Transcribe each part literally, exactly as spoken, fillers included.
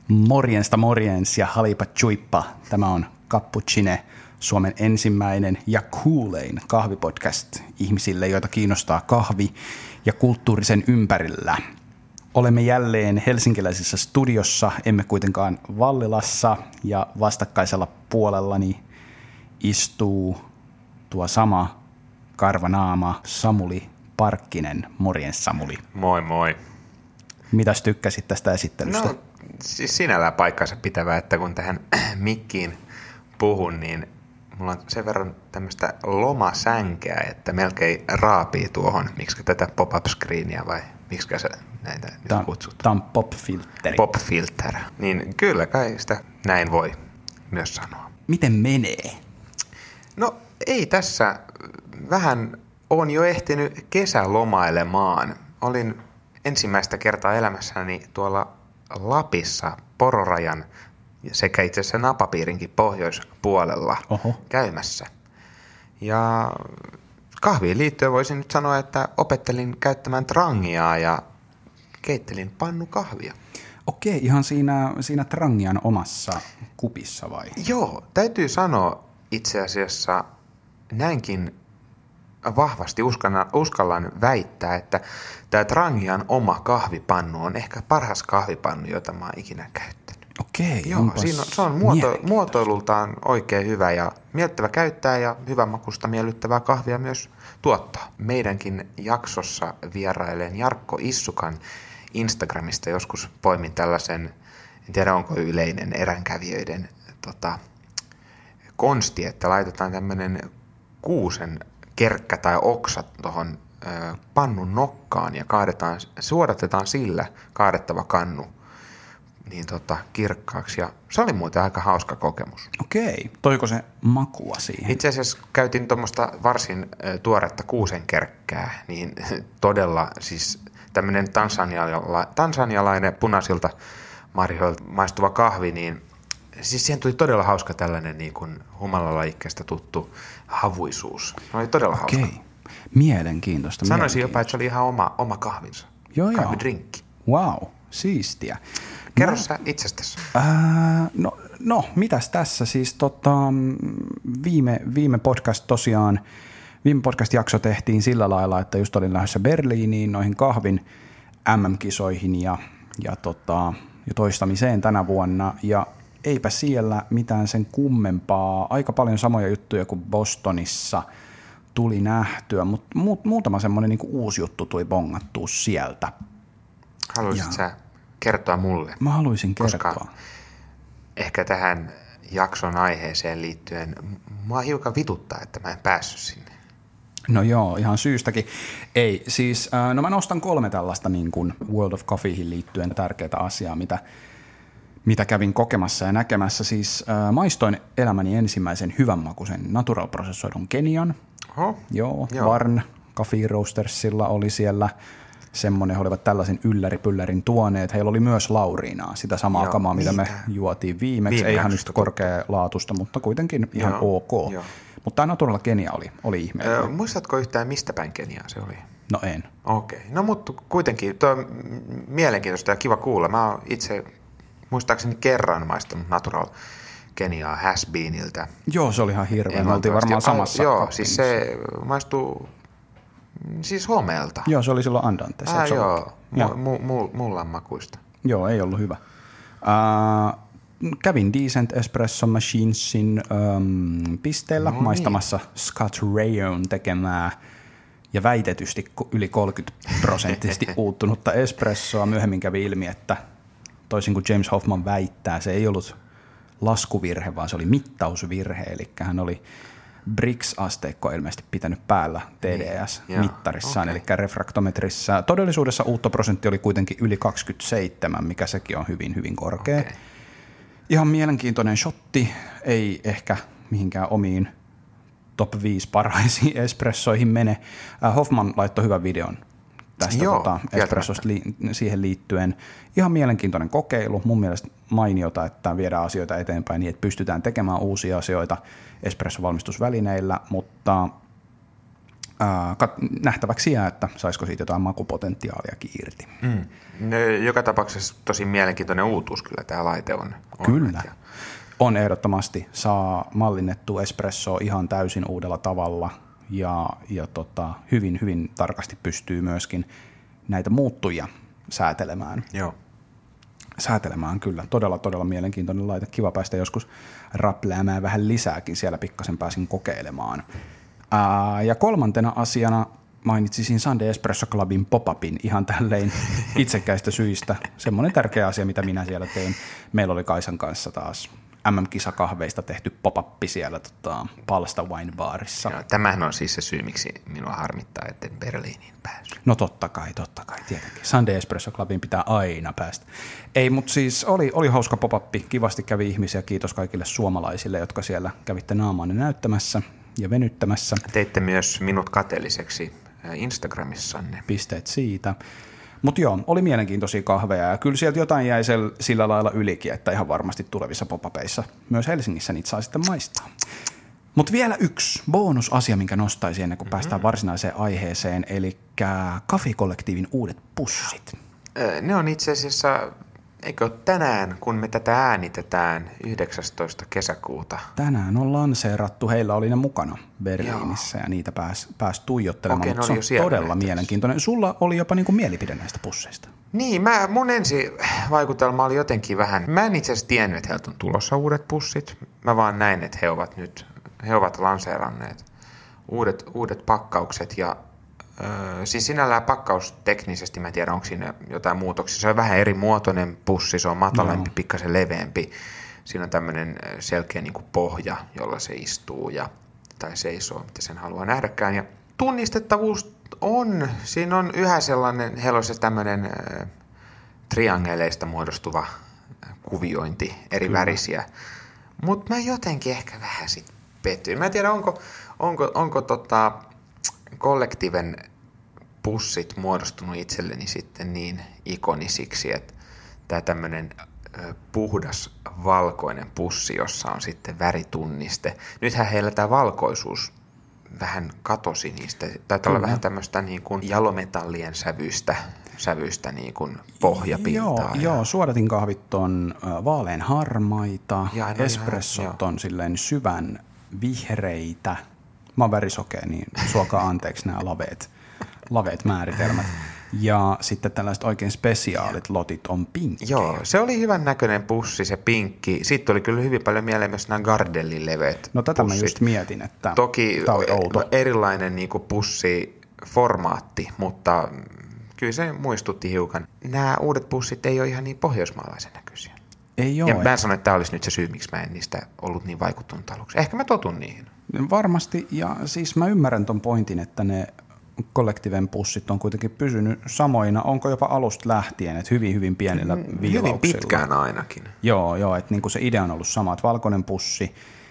Morjensta morjens ja halipa chuippa. Tämä on Cappuccine, Suomen ensimmäinen ja kuulein kahvipodcast ihmisille, joita kiinnostaa kahvi ja kulttuurisen ympärillä. Olemme jälleen helsinkiläisessä studiossa, emme kuitenkaan Vallilassa, ja vastakkaisella puolellani istuu tuo sama karvanaama Samuli Parkkinen. Morjens Samuli. Moi moi. Mitäs tykkäsit tästä esittelystä? No siis sinällään paikkansa pitävää, että kun tähän mikkiin puhun, niin mulla on sen verran tämmöistä lomasänkeä, että melkein raapii tuohon, miksi tätä pop-up screenia vai miksi sä näitä Tämä kutsut? Tämä on pop-filteri. Pop-filter. Niin kyllä kai sitä näin voi myös sanoa. Miten menee? No ei tässä. Vähän on jo ehtinyt kesälomailemaan. Olin ensimmäistä kertaa elämässäni tuolla Lapissa Pororajan sekä itse asiassa napapiirinkin pohjoispuolella Oho. käymässä. Ja kahviin liittyen voisin nyt sanoa, että opettelin käyttämään trangiaa ja keittelin pannukahvia. Okei, ihan siinä, siinä trangian omassa kupissa vai? Joo, täytyy sanoa itse asiassa näinkin vahvasti uskallan, uskallan väittää, että tämä trangian oma kahvipannu on ehkä paras kahvipannu, jota mä oon ikinä käyttänyt. Okei, Joo, siinä on, se on muoto, muotoilultaan oikein hyvä ja miellyttävä käyttää ja hyvänmakuista miellyttävää kahvia myös tuottaa. Meidänkin jaksossa vierailen Jarkko Issukan Instagramista joskus poimin tällaisen, en tiedä onko yleinen eränkävijöiden tota, konsti, että laitetaan tämmöinen kuusen kerkkä tai oksa tuohon pannun nokkaan ja kaadetaan, suodatetaan sillä kaadettava kannu niin tota, kirkkaaksi. Ja se oli muuten aika hauska kokemus. Okei, toiko se makua siihen? Itse asiassa käytin tuommoista varsin tuoretta kuusenkerkkää, niin todella siis tämmöinen tansaniala, tansanialainen punaisilta marjoilta maistuva kahvi, niin siis siihen tuli todella hauska tällainen niin kuin humalalajikkeesta tuttu havuisuus. Se oli todella hauska. Okei, mielenkiintoista. Sanoisin mielenkiintoista. jopa, että se oli ihan oma, oma kahvinsa. Joo, joo. Kahvidrinkki. Wow, siistiä. Kerro no, sä itsestäsi. Ää, no, no, mitäs tässä siis tota, viime, viime podcast tosiaan, viime podcast-jakso tehtiin sillä lailla, että just olin lähdössä Berliiniin noihin kahvin M M-kisoihin ja, ja, tota, ja toistamiseen tänä vuonna ja eipä siellä mitään sen kummempaa, aika paljon samoja juttuja kuin Bostonissa tuli nähtyä, mutta mu- muutama semmoinen niinku uusi juttu tuli bongattua sieltä. Haluaisit sä kertoa mulle? Mä haluaisin Koska kertoa. ehkä tähän jakson aiheeseen liittyen mua hiukan vituttaa, että mä en päässyt sinne. No joo, ihan syystäkin. Ei, siis äh, no mä nostan kolme tällaista niin kuin World of Coffeeihin liittyen tärkeää asiaa, mitä mitä kävin kokemassa ja näkemässä. Siis äh, maistoin elämäni ensimmäisen hyvänmakuisen natural-prosessoidun Kenian. Oho. Joo, Joo. Varn Coffee Roastersilla oli siellä semmoinen, he olivat tällaisen ylläripyllärin tuoneet. Heillä oli myös lauriinaa, sitä samaa Joo, kamaa, mitä niitä. me juotiin viimeksi. Viime Ei ihan jaksosta nyt korkealaatusta, mutta kuitenkin ihan Joo, ok. joo. Mutta tämä Natural Kenia oli, oli ihmeellinen. Öö, muistatko yhtään, mistä päin Keniaa se oli? No en. Okei. Okay. No mutta kuitenkin, tuo on mielenkiintoista ja kiva kuulla. Mä oon itse muistaakseni kerran maistanut Natural Keniaa Has-Beeniltä. Joo, se oli ihan hirveä. Me oltiin varmaan samassa. Joo, kaupungissa. siis se maistuu siis homeelta. Joo, se oli silloin Andantes. Ah, joo, joo. mu- mu- mullan makuista. Joo, ei ollut hyvä. Uh, kävin Decent Espresso Machinesin um, pisteellä no maistamassa niin. Scott Rayon tekemää ja väitetysti yli kolmekymmentä prosenttisesti uuttunutta espressoa. Myöhemmin kävi ilmi, että toisin kuin James Hoffman väittää, se ei ollut laskuvirhe, vaan se oli mittausvirhe. Eli hän oli Brix-asteikko ilmeisesti pitänyt päällä T D S-mittarissaan, okay. eli refraktometrissä. Todellisuudessa uuttoprosentti oli kuitenkin yli kaksikymmentäseitsemän, mikä sekin on hyvin, hyvin korkea. Okay. Ihan mielenkiintoinen shotti, ei ehkä mihinkään omiin top viisi parhaisiin espressoihin mene. Hoffman laittoi hyvän videon tästä Joo, tota, espressosta li- siihen liittyen. Ihan mielenkiintoinen kokeilu, mun mielestä mainiota, että viedään asioita eteenpäin niin, että pystytään tekemään uusia asioita espressovalmistusvälineillä, mutta ää, kat- nähtäväksi jää, että saisiko siitä jotain makupotentiaaliakin irti. Mm. No, joka tapauksessa tosi mielenkiintoinen uutuus kyllä tämä laite on. on Kyllä. Ja... On ehdottomasti. Saa mallinnettua espressoa ihan täysin uudella tavalla ja, ja tota, hyvin, hyvin tarkasti pystyy myöskin näitä muuttujia säätelemään. Joo. Säätelemään kyllä. Todella, todella mielenkiintoinen laite. Kiva päästä joskus rappläämään vähän lisääkin. Siellä pikkasen pääsin kokeilemaan. Ää, ja kolmantena asiana mainitsisin Sunday Espresso Clubin pop-upin ihan tälleen itsekäistä syistä. Semmoinen tärkeä asia, mitä minä siellä tein. Meillä oli Kaisan kanssa taas M M-kisakahveista tehty pop-up siellä tota, Palsta Wine Barissa. Joo, tämähän on siis se syy, miksi minua harmittaa, etten Berliiniin päässyt. No totta kai, totta kai, tietenkin. Sunday Espresso Clubin pitää aina päästä. Ei, mutta siis oli, oli hauska pop-up. Kivasti kävi ihmisiä. Kiitos kaikille suomalaisille, jotka siellä kävitte naamaanne näyttämässä ja venyttämässä. Teitte myös minut kateelliseksi Instagramissanne. Pisteet siitä. Mutta joo, oli mielenkiintoisia kahveja ja kyllä sieltä jotain jäi sillä lailla ylikin, että ihan varmasti tulevissa pop-upeissa myös Helsingissä niitä saa sitten maistaa. Mutta vielä yksi bonusasia, minkä nostaisin ennen kuin mm-hmm. päästään varsinaiseen aiheeseen, eli Kafi-kollektiivin uudet pussit. Ne on itse asiassa, eikö ole tänään, kun me tätä äänitetään yhdeksästoista kesäkuuta. Tänään on lanseerattu, heillä oli ne mukana Berliinissä. Joo. Ja niitä pääsi pääs tuijottelemaan, Okei, mutta se on todella nähtävissä. Mielenkiintoinen. Sulla oli jopa niinku mielipide näistä pusseista. Niin, mä, mun ensi vaikutelma oli jotenkin vähän, mä en itse asiassa tiennyt, että heiltä on tulossa uudet pussit. Mä vaan näin, että he ovat nyt, he ovat lanseeranneet uudet, uudet pakkaukset ja Öö, siis sinällään pakkaus teknisesti, mä en tiedä, onko siinä jotain muutoksia. Se on vähän eri muotoinen pussi, se on matalampi, no. pikkasen leveämpi. Siinä on tämmöinen selkeä niin kuin pohja, jolla se istuu ja, tai seisoo, mitä sen haluaa nähdäkään. Ja tunnistettavuus on, siinä on yhä sellainen, heillä on se tämmöinen äh, triangeleista muodostuva kuviointi, eri Kyllä. värisiä. Mutta mä jotenkin ehkä vähän sit pettyin. Mä en tiedä, onko, onko, onko tota... kollektiiven pussit muodostunut itselleni sitten niin ikonisiksi, että tämä tämmöinen puhdas valkoinen pussi, jossa on sitten väritunniste. Nythän heillä tämä valkoisuus vähän katosi niistä. Taitaa olla vähän tämmöistä niin kuin jalometallien sävyistä, sävyistä niin kuin pohjapintaa. Joo, ja... joo, suodatin kahvit on vaalean harmaita, ja, no, espressot ihan, on silleen syvän vihreitä. Mä oon värisokea, niin suokaa anteeksi nämä laveet, laveet määritelmät. Ja sitten tällaiset oikein spesiaalit lotit on pinkkejä. Joo, se oli hyvän näköinen pussi, se pinkki. Sitten oli kyllä hyvin paljon mieleen myös nämä Gardellin leveät No tätä pussit. Mä just mietin, että Toki tämä oli outo. erilainen niin kuin pussiformaatti, mutta kyllä se muistutti hiukan. Nämä uudet pussit ei ole ihan niin pohjoismaalaisen näköisiä. Ei ole. Ja mä en sano, että tämä olisi nyt se syy, miksi mä en niistä ollut niin vaikuttunut aluksi. Ehkä mä totun niihin. Varmasti, ja siis mä ymmärrän ton pointin, että ne kollektiiven pussit on kuitenkin pysynyt samoina, onko jopa alusta lähtien, että hyvin, hyvin pienillä viilauksilla. Hyvin pitkään ainakin. Joo, joo, että niinku se idea on ollut sama, että valkoinen pussi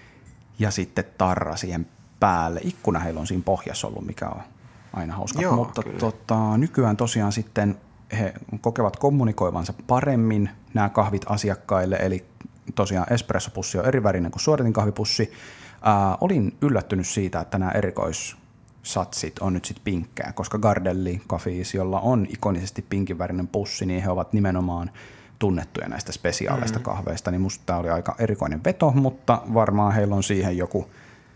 ja sitten tarra siihen päälle. Ikkuna heillä on siinä pohjassa ollut, mikä on aina hauska. Joo, mutta tota, nykyään tosiaan sitten he kokevat kommunikoivansa paremmin nämä kahvit asiakkaille, eli tosiaan espressopussi on eri värinen kuin suodatin kahvipussi. Äh, olin yllättynyt siitä, että nämä erikoissatsit on nyt sitten pinkkää, koska Gardelli Cafés, jolla on ikonisesti pinkinvärinen pussi, niin he ovat nimenomaan tunnettuja näistä spesiaaleista mm-hmm. kahveista, niin musta tämä oli aika erikoinen veto, mutta varmaan heillä on siihen joku,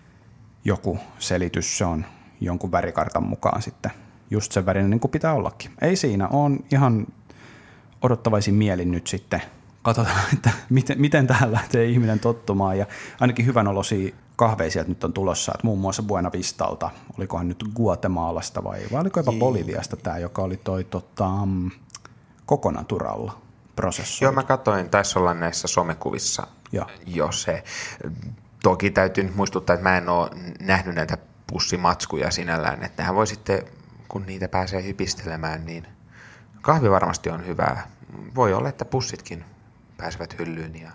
joku selitys, se on jonkun värikartan mukaan sitten just sen värinen niin kuin pitää ollakin. Ei siinä, on ihan odottavaisin mielin nyt sitten, katsotaan, että miten, miten tähän lähtee ihminen tottumaan ja ainakin hyvän olosia kahveja sieltä nyt on tulossa, että muun muassa Buena Vistalta, olikohan nyt Guatemalasta vai, vai oliko jopa Boliviasta tämä, joka oli toi tota, Coconaturalla prosessoitu. Joo, mä katsoin, taisi olla näissä somekuvissa jo, jo se. Toki täytyy nyt muistuttaa, että mä en ole nähnyt näitä pussimatskuja sinällään, että nehän voi sitten, kun niitä pääsee hypistelemään, niin kahvi varmasti on hyvää. Voi olla, että pussitkin pääsevät hyllyyn ja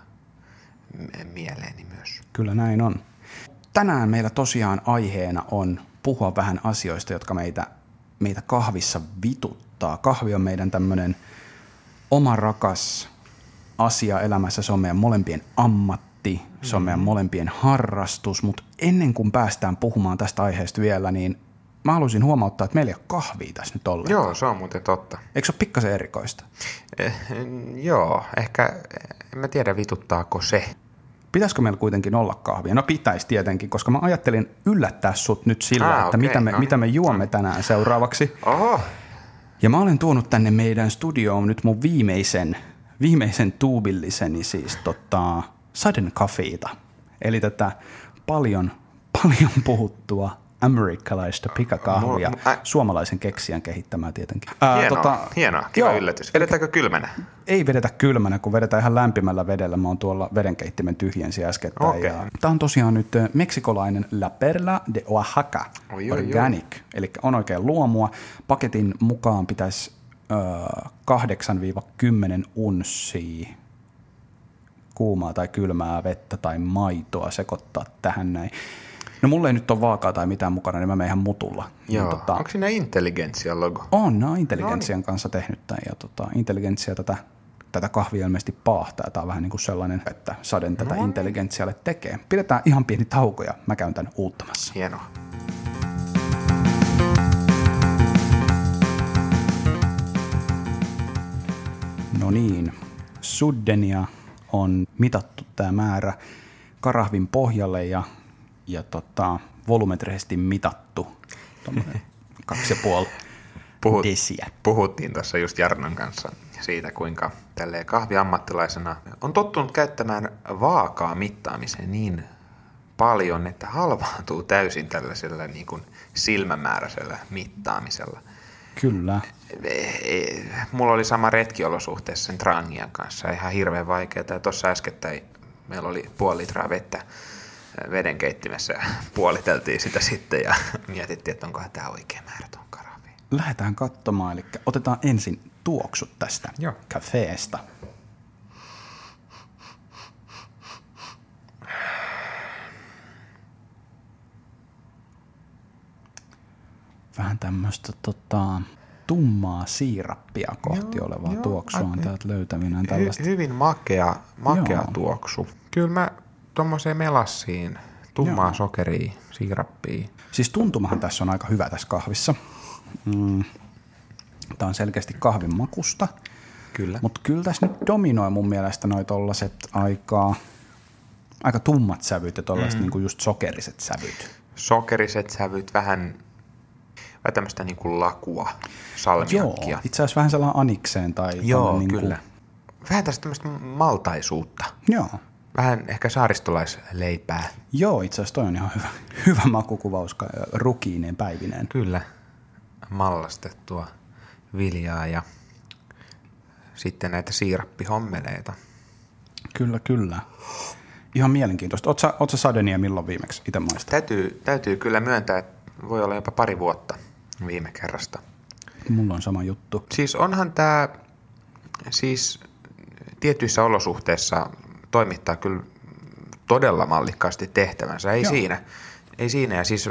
mieleeni myös. Kyllä näin on. Tänään meillä tosiaan aiheena on puhua vähän asioista, jotka meitä, meitä kahvissa vituttaa. Kahvi on meidän tämmöinen oma rakas asia elämässä. Se on meidän molempien ammatti, se on meidän molempien harrastus, mutta ennen kuin päästään puhumaan tästä aiheesta vielä, niin mä haluaisin huomauttaa, että meillä ei ole kahvia tässä nyt ollenkaan. Joo, se on muuten totta. Eikö se ole pikkasen erikoista? Eh, joo, ehkä, en mä tiedä vituttaako se. Pitäisikö meillä kuitenkin olla kahvia? No pitäisi tietenkin, koska mä ajattelin yllättää sut nyt sillä, ah, että okay, mitä, me, no. mitä me juomme tänään seuraavaksi. Oho. Ja mä olen tuonut tänne meidän studioon nyt mun viimeisen, viimeisen tuubilliseni siis tota, Sudden Coffeeta. Eli tätä paljon, paljon puhuttua amerikkalaista pikakahvia, Ä- suomalaisen keksijän kehittämää tietenkin. Ää, hienoa, tota, hienoa, kiva joo, yllätys. Vedetäänkö kylmänä? Ei vedetä kylmänä, kun vedetään ihan lämpimällä vedellä. Mä oon tuolla vedenkeittimen tyhjensi äskettäin. Okay. Tämä on tosiaan nyt meksikolainen La Perla de Oaxaca oi, Organic, oi, oi. Eli on oikein luomua. Paketin mukaan pitäisi äh, kahdeksan kymmenen unssia kuumaa tai kylmää vettä tai maitoa sekoittaa tähän näin. No mulla ei nyt ole vaakaa tai mitään mukana, niin mä menen ihan mutulla. Joo. Tota, onko siinä Intelligentsian logo? On, nämä on Intelligentsian kanssa tehnyt tämän. Ja tota, Intelligentsia tätä, tätä kahvia ilmeisesti paahtaa. Tämä on vähän niin kuin sellainen, että Saden tätä no. Intelligentsialle tekee. Pidetään ihan pieni tauko ja mä käyn tämän uuttamassa. Hienoa. No niin, Suddenia on mitattu tämä määrä karahvin pohjalle ja ja tota, volumetrisesti mitattu kaksi ja puoli Puhut, desiä. Puhuttiin tuossa just Jarnon kanssa siitä, kuinka tälleen kahviammattilaisena on tottunut käyttämään vaakaa mittaamiseen niin paljon, että halvaantuu täysin tällaisella niin kuin silmämääräisellä mittaamisella. Kyllä. Mulla oli sama retkiolosuhteessa sen Trangian kanssa, ihan hirveän vaikeaa. Ja tuossa äskettäin meillä oli puoli litraa vettä vedenkeittimessä ja puoliteltiin sitä sitten ja mietittiin, että onkohan tämä oikea määrä tuon karahviin. Lähdetään katsomaan, eli otetaan ensin tuoksut tästä Joo. kafeesta. Vähän tämmöistä tota, tummaa siirappia kohti Joo, olevaa jo, tuoksua on täältä löytävinään tällaista. Hy, hyvin makea, makea tuoksu. Kyllä mä tuommoiseen melassiin, tummaa Joo. sokeria, siirappia. Siis tuntumahan tässä on aika hyvä tässä kahvissa. Mm. Tämä on selkeästi kahvin makusta. Kyllä. Mutta kyllä tässä nyt dominoi mun mielestä noi tollaset aika, aika tummat sävyt ja tollaiset mm. niinku just sokeriset sävyt. Sokeriset sävyt, vähän, vähän tämmöistä niinku lakua, salmiakkia. Joo, itse asiassa vähän sellainen anikseen tai... Joo, niinku... kyllä. Vähän tästä tämmöistä maltaisuutta. Joo. Vähän ehkä saaristolaisleipää. Joo, itse asiassa toi on ihan hyvä, hyvä makukuvaus rukiineen päivineen. Kyllä, mallastettua viljaa ja sitten näitä siirappihommeleita. Kyllä, kyllä. Ihan mielenkiintoista. Ootko sä, oot sä Sadenia milloin viimeksi itse maistanut? Täytyy, täytyy kyllä myöntää, että voi olla jopa pari vuotta viime kerrasta. Mulla on sama juttu. Siis onhan tää, siis tietyissä olosuhteissa toimittaa kyllä todella mallikkaasti tehtävänsä. Ei Joo. siinä. Ei siinä. Ja siis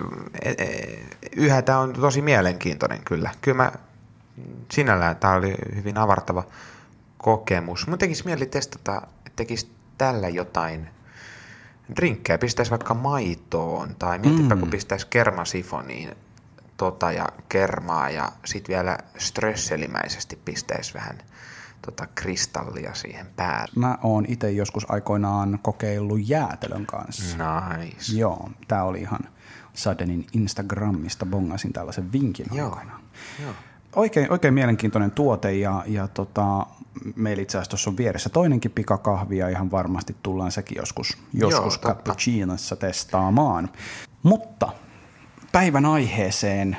yhä tämä on tosi mielenkiintoinen kyllä. Kyllä mä sinällään tämä oli hyvin avartava kokemus. Mun tekisi mieli testata, että tekisi tällä jotain drinkkejä. Pistäisi vaikka maitoon tai mietipä, mm. kun pistäisi kermasifoniin tota ja kermaa ja sitten vielä strösselimäisesti pistäisi vähän tota kristallia siihen päälle. Mä oon itse joskus aikoinaan kokeillut jäätelön kanssa. Nice. Joo, tää oli ihan Sadenin Instagramista, bongasin tällaisen vinkin Joo. aikoinaan. Joo. Oikein, oikein mielenkiintoinen tuote ja, ja tota, meillä itse asiassa tuossa on vieressä toinenkin pikakahvi ja ihan varmasti tullaan sekin joskus, joskus cappuccinossa testaamaan. Mutta päivän aiheeseen,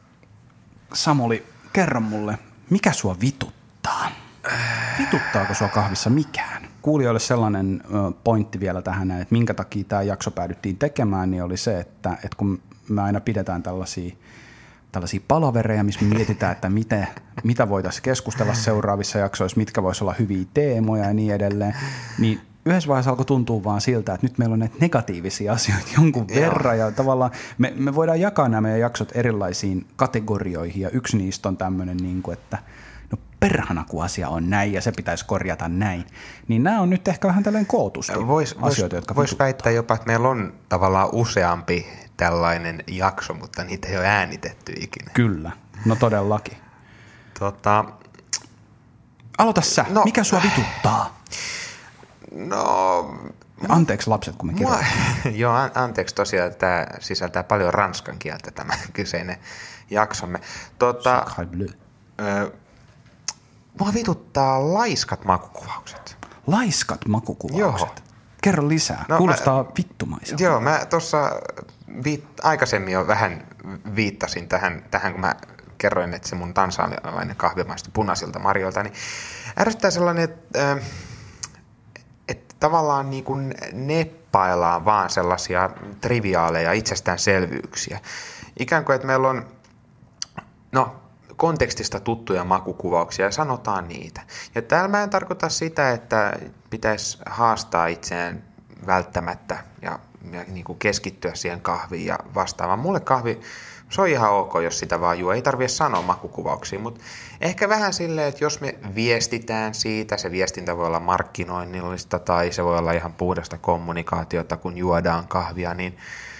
Samuli, kerro mulle, mikä sua vituttaa? Vituttaako sua kahvissa mikään? Kuulijoille sellainen pointti vielä tähän, että minkä takia tämä jakso päädyttiin tekemään, niin oli se, että, että kun me aina pidetään tällaisia, tällaisia palavereja, missä me mietitään, että mitä, mitä voitaisiin keskustella seuraavissa jaksoissa, mitkä voisi olla hyviä teemoja ja niin edelleen, niin yhdessä vaiheessa alkoi tuntua vaan siltä, että nyt meillä on näitä negatiivisia asioita jonkun verran ja tavallaan me, me voidaan jakaa nämä meidän jaksot erilaisiin kategorioihin ja yksi niistä on tämmöinen, niin kuin, että no perhana kun asia on näin ja se pitäisi korjata näin, niin nämä on nyt ehkä vähän tällainen kootusti vois, asioita, vois, jotka Voisi väittää jopa, että meillä on tavallaan useampi tällainen jakso, mutta niitä ei ole äänitetty ikinä. Kyllä, no todellakin. Tota, Aloita sä, no, mikä sua vituttaa? No... Anteeksi lapset, kun me kirjoitamme. Joo, an- anteeksi tosiaan, tämä sisältää paljon ranskan kieltä tämä kyseinen jaksomme. Tota, ö, mua vituttaa laiskat makukuvaukset. Laiskat makukuvaukset? Joo. Kerro lisää, no, kuulostaa mä, vittumaiselta. Joo, mä tuossa viit, aikaisemmin jo vähän viittasin tähän, tähän, kun mä kerroin, että se mun tansanialainen kahvi maistui punaisilta marjoilta, niin ärsyttää sellainen, että... että tavallaan niin kuin neppaillaan vaan sellaisia triviaaleja itsestäänselvyyksiä. Ikään kuin, että meillä on no, kontekstista tuttuja makukuvauksia ja sanotaan niitä. Ja täällä mä en tarkoita sitä, että pitäisi haastaa itseään välttämättä ja, ja niin kuin keskittyä siihen kahviin ja vastaavaan. Mulle kahvi, se on ihan ok, jos sitä vaan juo. Ei tarvitse sanoa makukuvauksia, mutta ehkä vähän silleen, että jos me viestitään siitä, se viestintä voi olla markkinoinnillista tai se voi olla ihan puhdasta kommunikaatiota, kun juodaan kahvia, niin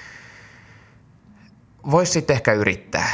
voisi sitten ehkä yrittää.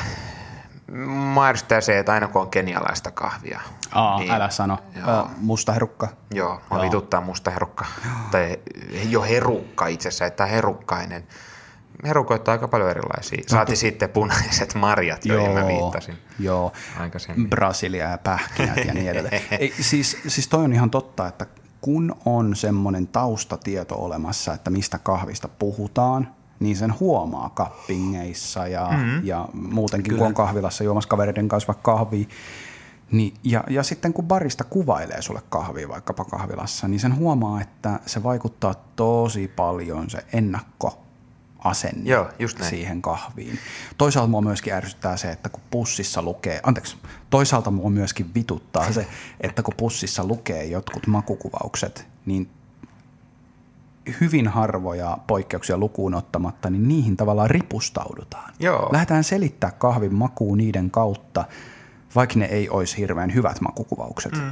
Mä ärsyttää se, että aina kun on kenialaista kahvia. Aa, niin, älä sano. Joo. Musta herukka. Joo, mä vituttaa musta herukka. Tai jo herukka itse asiassa, että herukkainen. Herukoita on aika paljon erilaisia. Saati no, sitten punaiset marjat, joihin mä viittasin. Joo, Brasilia ja pähkinät ja niin edelleen. Ei, siis, siis toi on ihan totta, että kun on semmoinen taustatieto olemassa, että mistä kahvista puhutaan, niin sen huomaa kappingeissa ja, mm-hmm. ja muutenkin, Kyllä. kun on kahvilassa juomassa kavereiden kanssa vaikka kahvia. Niin, ja, ja sitten kun barista kuvailee sulle kahvia vaikkapa kahvilassa, niin sen huomaa, että se vaikuttaa tosi paljon se ennakko asenne Joo, just siihen kahviin. Toisaalta mua myöskin ärsyttää se, että kun pussissa lukee, anteeksi, toisaalta mua myöskin vituttaa se, että kun pussissa lukee jotkut makukuvaukset, niin hyvin harvoja poikkeuksia lukuun ottamatta, niin niihin tavallaan ripustaudutaan. Joo. Lähdetään selittää kahvin makuu niiden kautta, vaikka ne ei olisi hirveän hyvät makukuvaukset. Mm.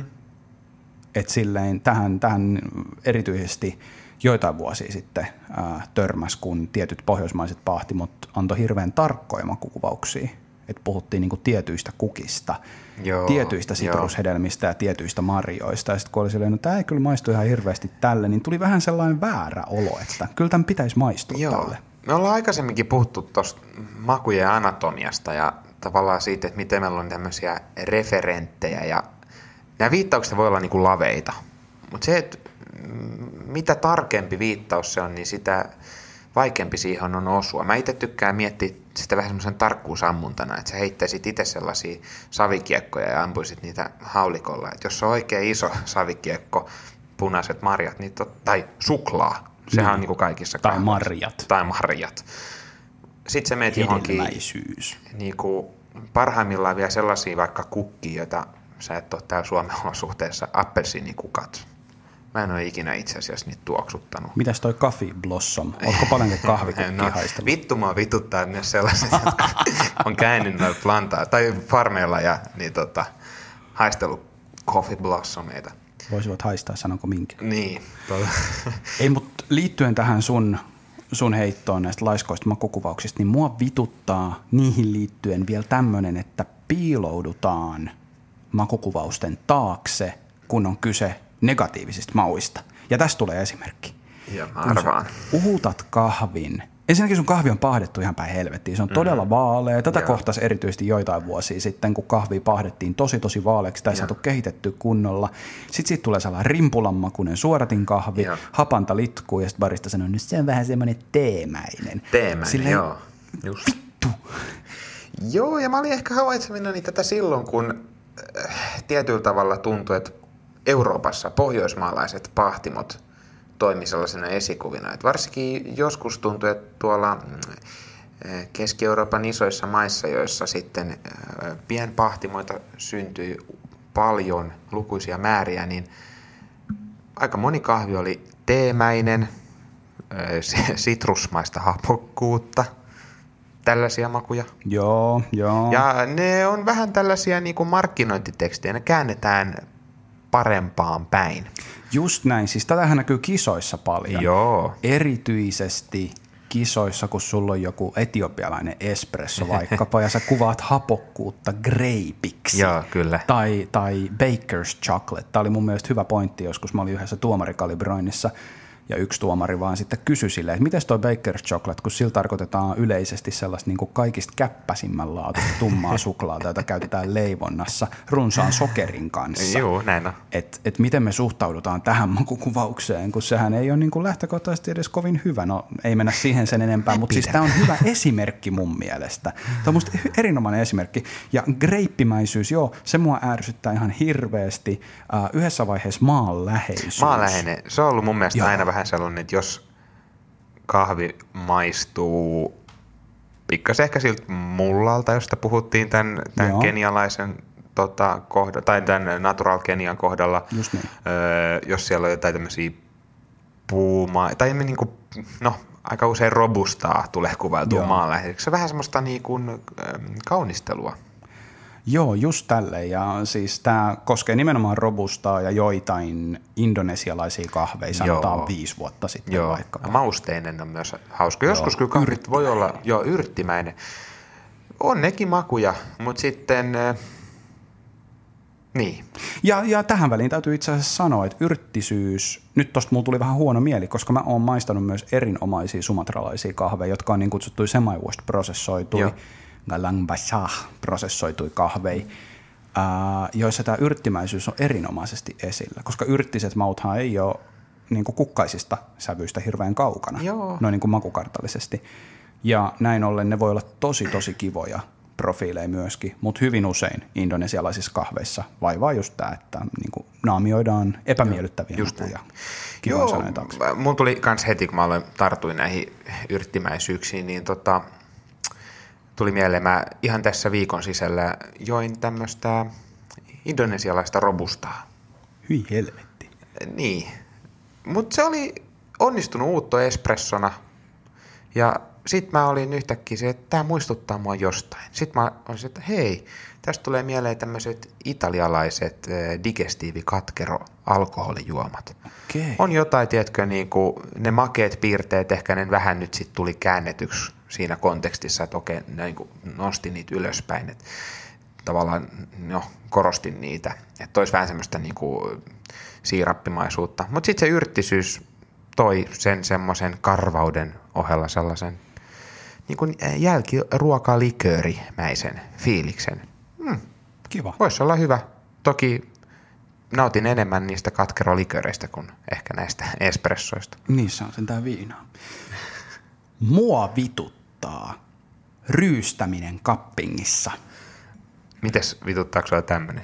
Et silleen tähän, tähän erityisesti joitain vuosia sitten ää, törmäs, kun tietyt pohjoismaiset pahtimot antoi hirveän tarkkoja makukuvauksia. Että puhuttiin niinku tietyistä kukista, joo, tietyistä sitrushedelmistä joo. ja tietyistä marjoista. Ja sitten kun oli silleen, no tämä ei kyllä maistu ihan hirveästi tälle, niin tuli vähän sellainen väärä olo, että kyllä tämän pitäisi maistua joo. tälle. Me ollaan aikaisemminkin puhuttu tuosta makujen anatomiasta ja tavallaan siitä, että miten meillä on tämmöisiä referenttejä. Ja nämä viittaukset voi olla niinku laveita, mutta se, että mitä tarkempi viittaus se on, niin sitä vaikeampi siihen on osua. Mä itse tykkään miettiä sitä vähän semmoisen tarkkuusammuntana, että sä heittäisit itse sellaisia savikiekkoja ja ampuisit niitä haulikolla. Että jos on oikein iso savikiekko, punaiset marjat, niin tot, tai suklaa, sehän mm. on niin kuin kaikissa Tai kahvissa. marjat. Tai marjat. Sitten sä meet johonkin niin kuin parhaimmillaan vielä sellaisia vaikka kukkia, joita sä et ole täällä Suomen olosuhteessa, appelsiinikukat. Mä en ole ikinä itse asiassa niitä tuoksuttanut. Mitäs toi Coffee Blossom? Ootko paljon kahvikukkia no, haistellut? Vittu mua vituttaa myös sellaiset, jotka on käynyt noilla plantaa tai farmeilla ja niin, tota, haistellut Coffee Blossomeita. Voisivat haistaa, sanonko minkä? Niin. Ei, mutta liittyen tähän sun, sun heittoon näistä laiskoista makukuvauksista, niin mua vituttaa niihin liittyen vielä tämmöinen, että piiloudutaan makukuvausten taakse, kun on kyse negatiivisista mauista. Ja tästä tulee esimerkki. Ja mä arvaan. Uhutat kahvin. Ensinnäkin sun kahvi on pahdettu ihan päin helvettiin. Se on mm. todella vaalea. Tätä Joo. kohtasi erityisesti joitain vuosia sitten, kun kahvi pahdettiin tosi tosi vaaleaksi. Sitä ei saatu kehitettyä kunnolla. Sitten siitä tulee sellainen rimpulanmakuinen suoratin kahvi, Joo. hapanta litkuu ja sitten barista sanoo, että se on vähän semmoinen teemäinen. Teemäinen, Silleen, joo. Just. Vittu. Joo, ja mä olin ehkä havaitsevinani tätä silloin, kun äh, tietyllä tavalla tuntui, että Euroopassa pohjoismaalaiset pahtimot toimi sellaisena esikuvina. Et varsinkin joskus tuntui, että tuolla Keski-Euroopan isoissa maissa, joissa sitten pienpahtimoita syntyi paljon, lukuisia määriä, niin aika moni kahvi oli teemäinen, sitrusmaista hapokkuutta, tällaisia makuja. Joo, joo. Ja ne on vähän tällaisia niin kuin markkinointitekstejä, ne käännetään parempaan päin. Just näin. Siis tätähän näkyy kisoissa paljon. Joo. Erityisesti kisoissa, kun sulla on joku etiopialainen espresso vaikkapa, ja sä kuvaat hapokkuutta greipiksi. Joo, kyllä. Tai, tai Baker's Chocolate. Tämä oli mun mielestä hyvä pointti joskus. Mä olin yhdessä tuomarikalibroinnissa, ja yksi tuomari vaan sitten kysyi silleen, että miten toi Baker's Chocolate, kun sillä tarkoitetaan yleisesti sellaista niin kuin kaikista käppäsimmän laatuista tummaa suklaata, jota käytetään leivonnassa runsaan sokerin kanssa. Joo, näin on. Että et miten me suhtaudutaan tähän makukuvaukseen, kun sehän ei ole niin kuin lähtökohtaisesti edes kovin hyvä. No ei mennä siihen sen enempää, mutta siis tämä on hyvä esimerkki mun mielestä. Tämä on musta erinomainen esimerkki. Ja greippimäisyys, joo, se mua ärsyttää ihan hirveästi. Uh, yhdessä vaiheessa maanläheisyys. Maanläheinen, se on ollut mun mielestä joo. aina vähän sellainen, että jos kahvi maistuu pikkasen ehkä siltä mullalta, josta puhuttiin tämän, tämän kenialaisen tota, kohda, tai tämän Natural Kenian kohdalla, niin. öö, jos siellä on jotain tämmöisiä puumaa, tai niin kuin, no aika usein robustaa tulee kuvailtua maanläheiseksi. Se on vähän semmoista niin kuin, ähm, kaunistelua. Joo, just tälle. Ja siis tämä koskee nimenomaan robustaa ja joitain indonesialaisia kahveja, sanotaan Joo. viisi vuotta sitten Joo. vaikka. Mausteinen on myös hauska. Joskus kyllä kahvit voi olla jo yrttimäinen. On nekin makuja, mutta sitten äh, niin. Ja, ja tähän väliin täytyy itse asiassa sanoa, että yrttisyys, nyt tosta mulla tuli vähän huono mieli, koska mä oon maistanut myös erinomaisia sumatralaisia kahveja, jotka on niin kutsuttuja semi-washed prosessoituja. Galang Basah prosessoitui kahvei, ää, joissa tämä yrttimäisyys on erinomaisesti esillä, koska yrttiset mauthan ei ole niin kuin kukkaisista sävyistä hirveän kaukana, Joo. noin niin kuin makukartallisesti. Ja näin ollen ne voi olla tosi tosi kivoja profiileja myöskin, mutta hyvin usein indonesialaisissa kahveissa vaivaa just tämä, että niin kuin naamioidaan epämiellyttäviä makuja. Joo, mun tuli kans heti, kun mä aloin, tartuin näihin yrttimäisyyksiin, niin tota... tuli mieleen, mä ihan tässä viikon sisällä join tämmöistä indonesialaista robustaa. Hyi helvetti. Niin, mutta se oli onnistunut uutto espressona ja sit mä olin yhtäkkiä se, että tää muistuttaa mua jostain. Sitten mä olin se, että hei, tästä tulee mieleen tämmöiset italialaiset digestiivikatkero alkoholijuomat. Okay. On jotain, tiedätkö, niin kuin ne makeet piirteet, ehkä ne vähän nyt sit tuli käännetyksi siinä kontekstissa, että okei, niin kuin nostin niitä ylöspäin, että tavallaan no, korostin niitä, että olisi vähän semmoista niin kuin siirappimaisuutta. Mutta sitten se yrttisyys toi sen semmoisen karvauden ohella sellaisen niin kuin jälkiruokaliköörimäisen fiiliksen. Hmm. Kiva. Voisi olla hyvä. Toki nautin enemmän niistä katkerolikööreistä kuin ehkä näistä espressoista. Niissä on sentään viinaa. Mua vituttaa ryystäminen kappingissa. Mites vituttaako sulla tämmönen?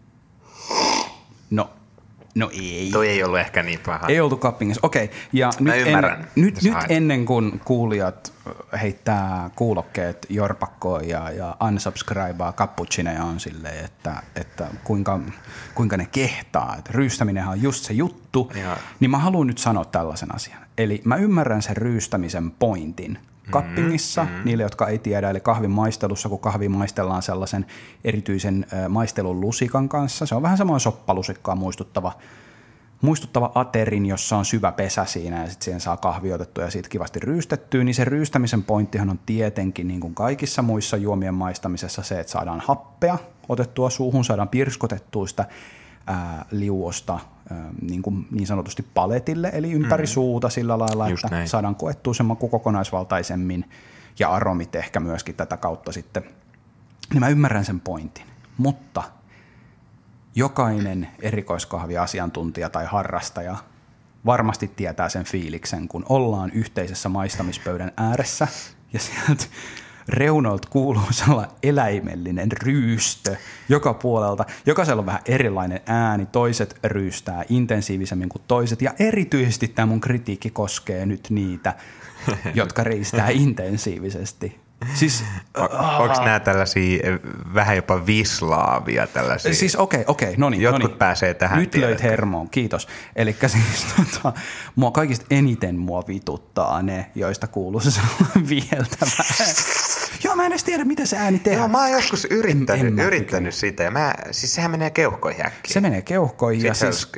No, no ei. Toi ei ollut ehkä niin paha. Ei oltu kappingissa. Okei, ja nyt, en, nyt, nyt ennen kuin kuulijat heittää kuulokkeet jorpakkoon ja, ja unsubscribea cappuccinoja on silleen, että, että kuinka, kuinka ne kehtaa. Että ryystäminenhän on just se juttu. Ja. Niin mä haluan nyt sanoa tällaisen asian. Eli mä ymmärrän sen ryystämisen pointin kappingissa, mm-hmm. niille, jotka ei tiedä, eli kahvin maistelussa, kun kahvi maistellaan sellaisen erityisen äh, maistelun lusikan kanssa. Se on vähän samoin soppalusikkaa muistuttava, muistuttava aterin, jossa on syvä pesä siinä ja sitten siihen saa kahvi otettua ja siitä kivasti ryystettyä, niin se ryystämisen pointtihan on tietenkin niin kuin kaikissa muissa juomien maistamisessa se, että saadaan happea otettua suuhun, saadaan pirskotettua sitä ää, liuosta ää, niin, kuin niin sanotusti paletille, eli ympäri mm. suuta sillä lailla, Just että näin. Saadaan koettua sen maku kokonaisvaltaisemmin ja aromit ehkä myöskin tätä kautta sitten. Niin mä ymmärrän sen pointin, mutta jokainen erikoiskahviasiantuntija tai harrastaja varmasti tietää sen fiiliksen, kun ollaan yhteisessä maistamispöydän ääressä ja sieltä reunoilta kuuluu sellainen eläimellinen ryystö joka puolelta. Jokaisella on vähän erilainen ääni, toiset ryystää intensiivisemmin kuin toiset ja erityisesti tämä mun kritiikki koskee nyt niitä, jotka riistää intensiivisesti. Siis, onko nämä tällaisia vähän jopa vislaavia tällaisia? Siis okei, okay, okei, okay, no niin. Jotkut no niin. pääsee tähän. Nyt löit hermoon, kiitos. Eli siis tota, mua kaikista eniten mua vituttaa ne, joista kuuluu se sellainen vieltävä. Joo, mä en edes tiedä, miten se ääni tehdään. Joo, mä oon joskus yrittänyt, en, en yrittänyt sitä. Ja mä, siis sehän menee keuhkoihin äkkiä. Se menee keuhkoihin. Ja siis,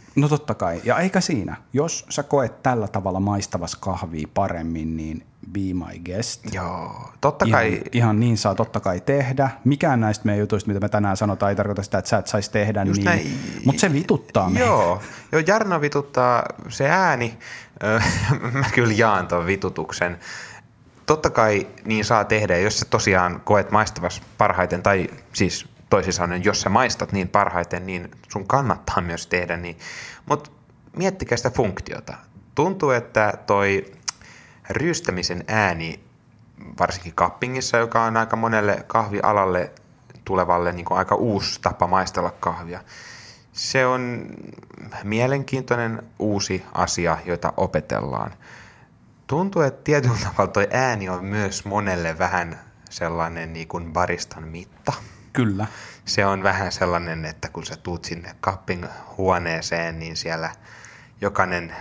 No totta kai. Ja eikä siinä. Jos sä koet tällä tavalla maistavas kahvia paremmin, niin be my guest. Joo, totta ihan, kai. Ihan niin saa totta kai tehdä. Mikään näistä meidän jutuista, mitä me tänään sanotaan, ei tarkoita sitä, että sä et saisi tehdä Just niin. Mutta se vituttaa meitä. Joo, joo, Jarno vituttaa se ääni. Mä kyllä jaan ton vitutuksen. Totta kai niin saa tehdä, jos sä tosiaan koet maistavas parhaiten, tai siis toisin sanoen, jos sä maistat niin parhaiten, niin sun kannattaa myös tehdä niin. Mutta miettikää sitä funktiota. Tuntuu, että toi ryystämisen ääni, varsinkin cuppingissa, joka on aika monelle kahvialalle tulevalle niin kuin aika uusi tapa maistella kahvia, se on mielenkiintoinen uusi asia, jota opetellaan. Tuntuu, että tietyllä tavalla toi ääni on myös monelle vähän sellainen niin kuin baristan mitta. Kyllä. Se on vähän sellainen, että kun sä tuut sinne cupping-huoneeseen, niin siellä jokainen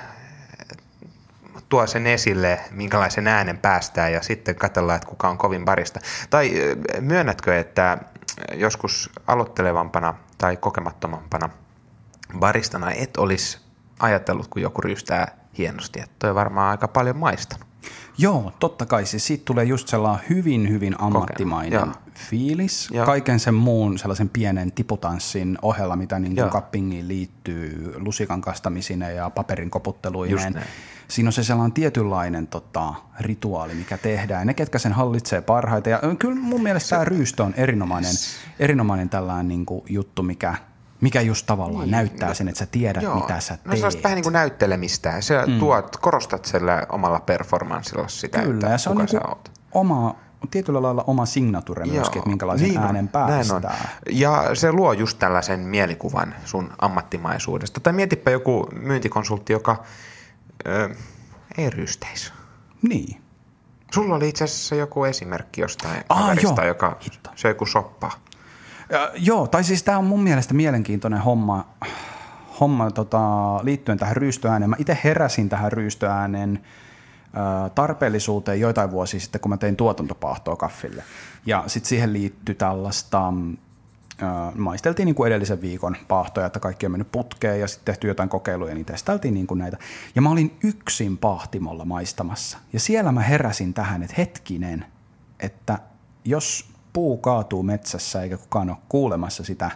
tuo sen esille, minkälaisen äänen päästää, ja sitten katsellaan, että kuka on kovin barista. Tai myönnätkö, että joskus aloittelevampana tai kokemattomampana baristana et olisi ajatellut, kun joku ryystää hienosti, että toi varmaan aika paljon maistanut. Joo, totta kai. Siis siitä tulee just sellainen hyvin, hyvin ammattimainen Kokeen. fiilis. Joo. Kaiken sen muun sellaisen pienen tiputanssin ohella, mitä niin kuin cuppingiin liittyy, lusikan kastamisine ja paperin koputteluineen. Siinä on se sellainen tietynlainen tota, rituaali, mikä tehdään. Ne, ketkä sen hallitsee parhaiten. Ja kyllä mun mielestä tämä ryystö on erinomainen, erinomainen tällainen niin kuin juttu, mikä... Mikä just tavallaan niin, näyttää sen, että sä tiedät, joo, mitä sä teet. No se on vähän niin kuin näyttelemistä. Sä mm. tuot, korostat sillä omalla performanssilla sitä, kyllä, että ja se kuka on sä niin oot. Oma, tietyllä lailla oma signature myöskin, joo, että minkälaisen niin äänen on, päästää. Ja se luo just tällaisen mielikuvan sun ammattimaisuudesta. Tai mietipä joku myyntikonsultti, joka ö, ei ryysteisi. Niin. Sulla oli itse asiassa joku esimerkki jostain ah, kaverista, joo. joka Hitto. söi kuin soppaa. Ja, joo, tai siis tämä on mun mielestä mielenkiintoinen homma, homma tota, liittyen tähän ryystöääneen. Mä itse heräsin tähän ryystöäänen ä, tarpeellisuuteen joitain vuosia sitten, kun mä tein tuotantopahtoa kaffille. Ja sitten siihen liittyi tällaista, ä, maisteltiin niin kuin edellisen viikon pahtoja, että kaikki on mennyt putkeen ja sitten tehty jotain kokeiluja, niin testailtiin niin kuin näitä. Ja mä olin yksin pahtimolla maistamassa. Ja siellä mä heräsin tähän, että hetkinen, että jos puu kaatuu metsässä eikä kukaan ole kuulemassa sitä,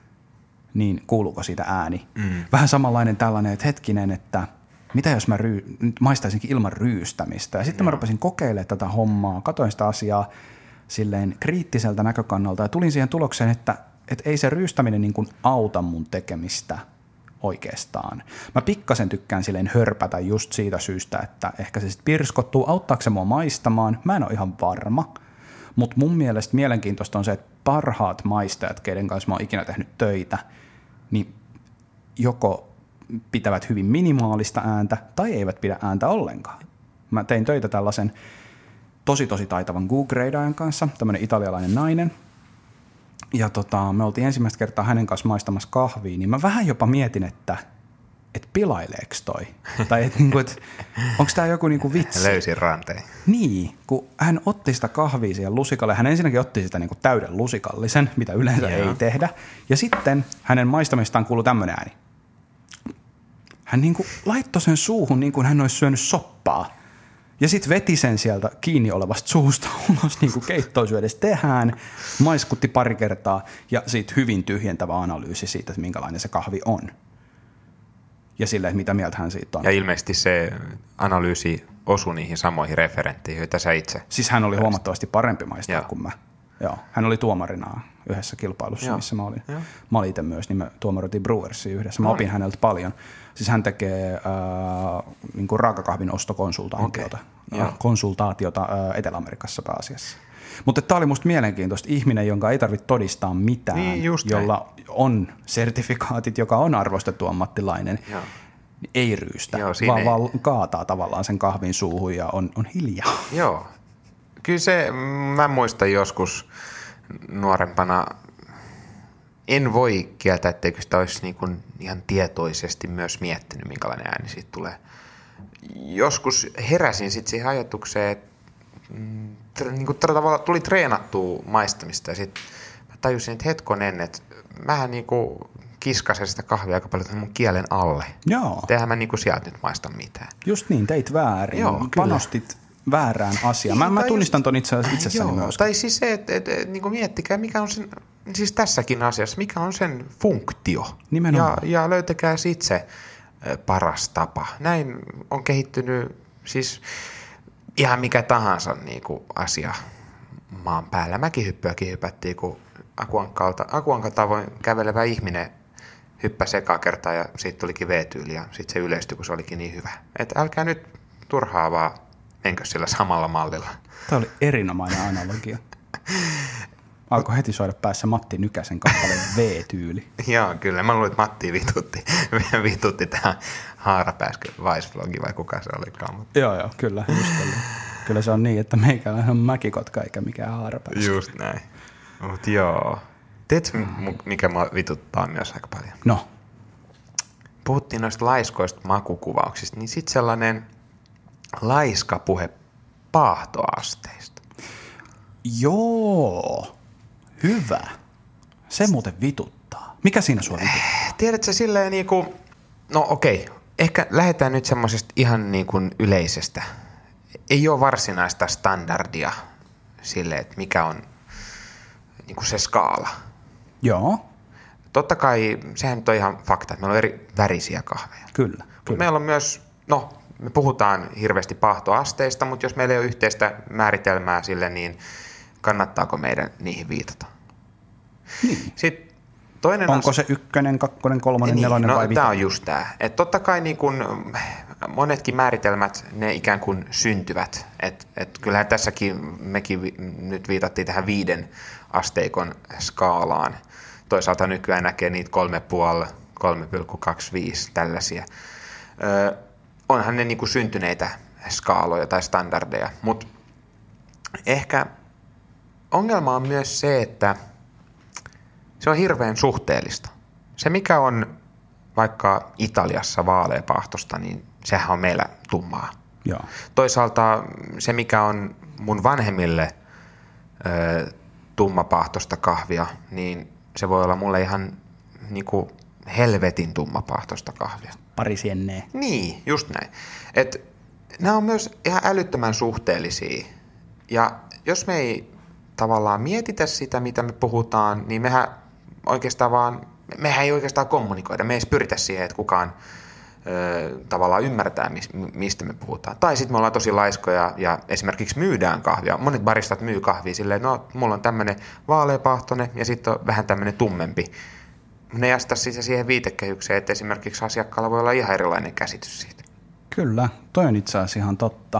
niin kuuluuko siitä ääni? Mm. Vähän samanlainen tällainen, että hetkinen, että mitä jos mä ryy, nyt maistaisinkin ilman ryystämistä. Ja sitten no. mä rupesin kokeilemaan tätä hommaa, katoin sitä asiaa silleen kriittiseltä näkökannalta ja tulin siihen tulokseen, että, että ei se ryystäminen niin kuin auta mun tekemistä oikeastaan. Mä pikkasen tykkään silleen hörpätä just siitä syystä, että ehkä se sitten pirskottuu, auttaako se mua maistamaan? Mä en ole ihan varma. Mutta mun mielestä mielenkiintoista on se, että parhaat maistajat, keiden kanssa mä oon ikinä tehnyt töitä, niin joko pitävät hyvin minimaalista ääntä tai eivät pidä ääntä ollenkaan. Mä tein töitä tällaisen tosi tosi taitavan Q-gradeajan kanssa, tämmöinen italialainen nainen. Ja tota, me oltiin ensimmäistä kertaa hänen kanssa maistamassa kahvia, niin mä vähän jopa mietin, että että pilaileeko toi? Tai että niinku, et, onko tämä joku niinku vitsi? Löysin ranteen. Niin, kun hän otti sitä kahvia siihen lusikalle. Hän ensinnäkin otti sitä niinku täyden lusikallisen, mitä yleensä Joo. ei tehdä. Ja sitten hänen maistamistaan kuului tämmöinen ääni. Hän niinku laittoi sen suuhun niin kuin hän olisi syönyt soppaa. Ja sitten veti sen sieltä kiinni olevasta suusta ulos, niin kuin keittoisyödessä tehdään. Maiskutti pari kertaa ja sitten hyvin tyhjentävä analyysi siitä, että minkälainen se kahvi on. Ja silleen, mitä mieltä hän siitä on. Ja ilmeisesti se analyysi osui niihin samoihin referentteihin, joita sä itse. Siis hän oli huomattavasti parempi maistaa kuin mä. Joo. Hän oli tuomarina yhdessä kilpailussa, Joo. missä mä olin. Joo. Mä olin itse myös, niin me tuomaroitiin Brewersia yhdessä. Mä no. opin häneltä paljon. Siis hän tekee äh, niin kuin raakakahvin ostokonsultaatiota okay. konsultaatiota äh, Etelä-Amerikassa pääasiassa. Mutta tämä oli musta mielenkiintoista. Ihminen, jonka ei tarvitse todistaa mitään, niin, jolla on sertifikaatit, joka on arvostettu ammattilainen, Joo. ei ryystä, Joo, vaan, ei... vaan kaataa tavallaan sen kahvin suuhun ja on, on hiljaa. Joo. Kyllä se, mä muistan joskus nuorempana, en voi kieltää, etteikö sitä olisi niin kuin ihan tietoisesti myös miettinyt, minkälainen ääni siitä tulee. Joskus heräsin sitten siihen ajatukseen, että niin kuin tavallaan tuli treenattua maistamista ja sitten mä tajusin, että hetkonen, että mähän niin kuin kiskasin sitä kahvia aika paljon mun kielen alle. Joo. Eihän mä niinku sieltä nyt maista mitään. Just niin, teit väärin. Joo, panostit väärään asiaan. Mä, mä tunnistan ton itse, itsessäni joo, myös. Tai siis se, että et, et, niin miettikää, mikä on sen, siis tässäkin asiassa, mikä on sen funktio. Nimenomaan. Ja, ja löytäkää sit se paras tapa. Näin on kehittynyt siis ihan mikä tahansa niin kuin asia maan päällä. Mäkihyppyäkin hypättiin, kun Akuankalta, Akuankan tavoin kävelevä ihminen hyppäsi ekaa kertaa ja siitä tulikin V-tyyli ja sitten se yleistyi, kun se olikin niin hyvä. Et älkää nyt turhaa vaan menkö sillä samalla mallilla. Tämä oli erinomainen analogia. Alkoi heti soida päässä Matti Nykäsen kappaleen V-tyyli. Joo, kyllä. Mä luulen, että Matti vitutti, vitutti tähän Haarapääskö Vice-vlogi vai kuka se olikaan. Mutta... Joo, joo, kyllä. Just oli. Kyllä se on niin, että meikäläinen on mäkikotka eikä mikään Haarapääskö. Just näin. Mut joo. Tiedätkö, mikä mä vituttaa myös aika paljon? No. Puhuttiin noista laiskoista makukuvauksista, niin sitten sellainen laiska puhe paahtoasteista. Joo, hyvä. Se muuten vituttaa. Mikä siinä sua vituttaa? Tiedätkö silleen niinku, no okei, ehkä lähdetään nyt semmoisesta ihan niin kuin yleisestä. Ei ole varsinaista standardia sille, että mikä on niinku se skaala. Joo. Totta kai, sehän nyt on ihan fakta, että meillä on eri värisiä kahveja. Kyllä. kyllä. Meillä on myös, no me puhutaan hirveästi paahtoasteista, mutta jos meillä ei ole yhteistä määritelmää sille, niin kannattaako meidän niihin viitata? Niin. Sitten toinen Onko asia, se ykkönen, kakkonen, kolmonen, niin, nelonen no, vai tämä on just tämä. Että totta kai niin kun, monetkin määritelmät, ne ikään kuin syntyvät. Että et kyllähän tässäkin mekin vi, nyt viitattiin tähän viiden asteikon skaalaan. Toisaalta nykyään näkee niitä kolme puoli, kolme pilkku kaksikymmentäviisi tällaisia. Ö, onhan ne niin kuin syntyneitä skaaloja tai standardeja, mutta ehkä ongelma on myös se, että se on hirveän suhteellista. Se, mikä on vaikka Italiassa vaaleapaahtosta, niin sehän on meillä tummaa. Joo. Toisaalta se, mikä on mun vanhemmille ö, tummapaahtosta kahvia, niin se voi olla mulle ihan niin kuin helvetin tummapaahtosta kahvia. Parisiennee. Niin, just näin. Et nämä on myös ihan älyttömän suhteellisia. Ja jos me ei tavallaan mietitä sitä, mitä me puhutaan, niin mehän oikeastaan vaan, mehän ei oikeastaan kommunikoida. Me ei edes pyritä siihen, että kukaan ö, tavallaan ymmärtää, mistä me puhutaan. Tai sitten me ollaan tosi laiskoja ja esimerkiksi myydään kahvia. Monet baristat myy kahvia silleen, no mulla on tämmöinen vaaleapaahtoinen ja sitten on vähän tämmöinen tummempi. Ne ei aseta siis siihen viitekehykseen, että esimerkiksi asiakkaalla voi olla ihan erilainen käsitys siitä. Kyllä, toi on itse asiassa ihan totta.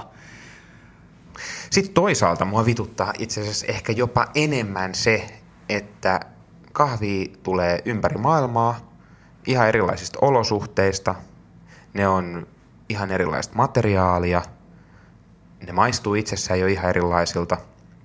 Sitten toisaalta mua vituttaa itse asiassa ehkä jopa enemmän se, että kahvi tulee ympäri maailmaa, ihan erilaisista olosuhteista, ne on ihan erilaista materiaalia, ne maistuu itsessään jo ihan erilaisilta.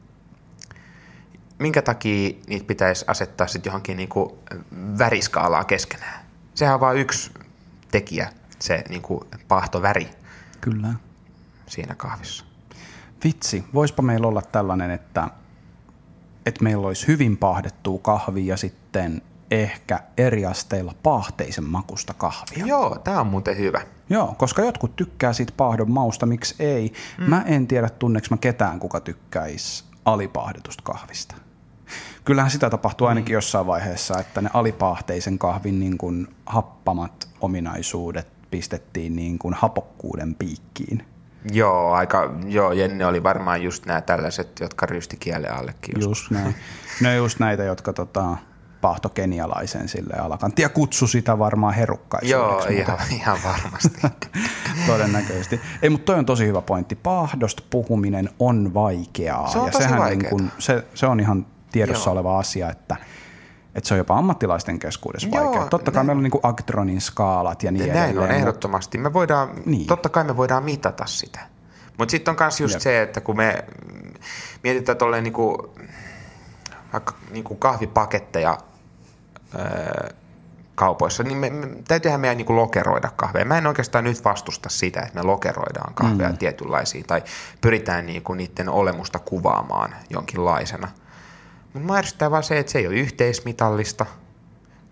Minkä takia niitä pitäisi asettaa sitten johonkin niinku väriskaalaa keskenään? Sehän on vain yksi tekijä, se niinku paahtoväri. Kyllä. Siinä kahvissa. Vitsi, voispa meillä olla tällainen, että, että meillä olisi hyvin paahdettua kahvia ja sitten ehkä eri asteilla paahteisen makusta kahvia. Joo, tämä on muuten hyvä. Joo, koska jotkut tykkää siitä paahdon mausta, miksi ei. Mm. Mä en tiedä, tunneeko mä ketään, kuka tykkäisi alipaahdetusta kahvista. Kyllähän sitä tapahtuu ainakin jossain vaiheessa, että ne alipaahteisen kahvin niin kuin happamat ominaisuudet pistettiin niin kuin hapokkuuden piikkiin. Joo, aika, joo, Jenne oli varmaan just nämä tällaiset, jotka rysti kielen allekin joskus. Just näin. Ne on just näitä, jotka tota, paahto kenialaisen sille alakantti ja kutsu sitä varmaan herukkaisuudeksi. Joo, ihan, ihan varmasti. Todennäköisesti. Ei, mutta toi on tosi hyvä pointti. Paahdosta puhuminen on vaikeaa. Se on ja tosi sehän vaikeaa. Niin kun, se, se on ihan tiedossa Joo. oleva asia, että, että se on jopa ammattilaisten keskuudessa Joo, vaikeaa. Totta kai näin. Meillä on niin kuin Agtronin skaalat ja niin näin edelleen. Näin on ehdottomasti. Me voidaan, niin. Totta kai me voidaan mitata sitä. Mutta sitten on myös just Jep. se, että kun me mietitään tolleen niinku, vaikka niinku kahvipaketteja öö, kaupoissa, niin me, me, täytyyhän meidän niinku lokeroida kahveja. Mä en oikeastaan nyt vastusta sitä, että me lokeroidaan kahveja mm. tietynlaisia tai pyritään niinku niiden olemusta kuvaamaan jonkinlaisena. Mutta mä ärsyttää vaan se, että se ei ole yhteismitallista.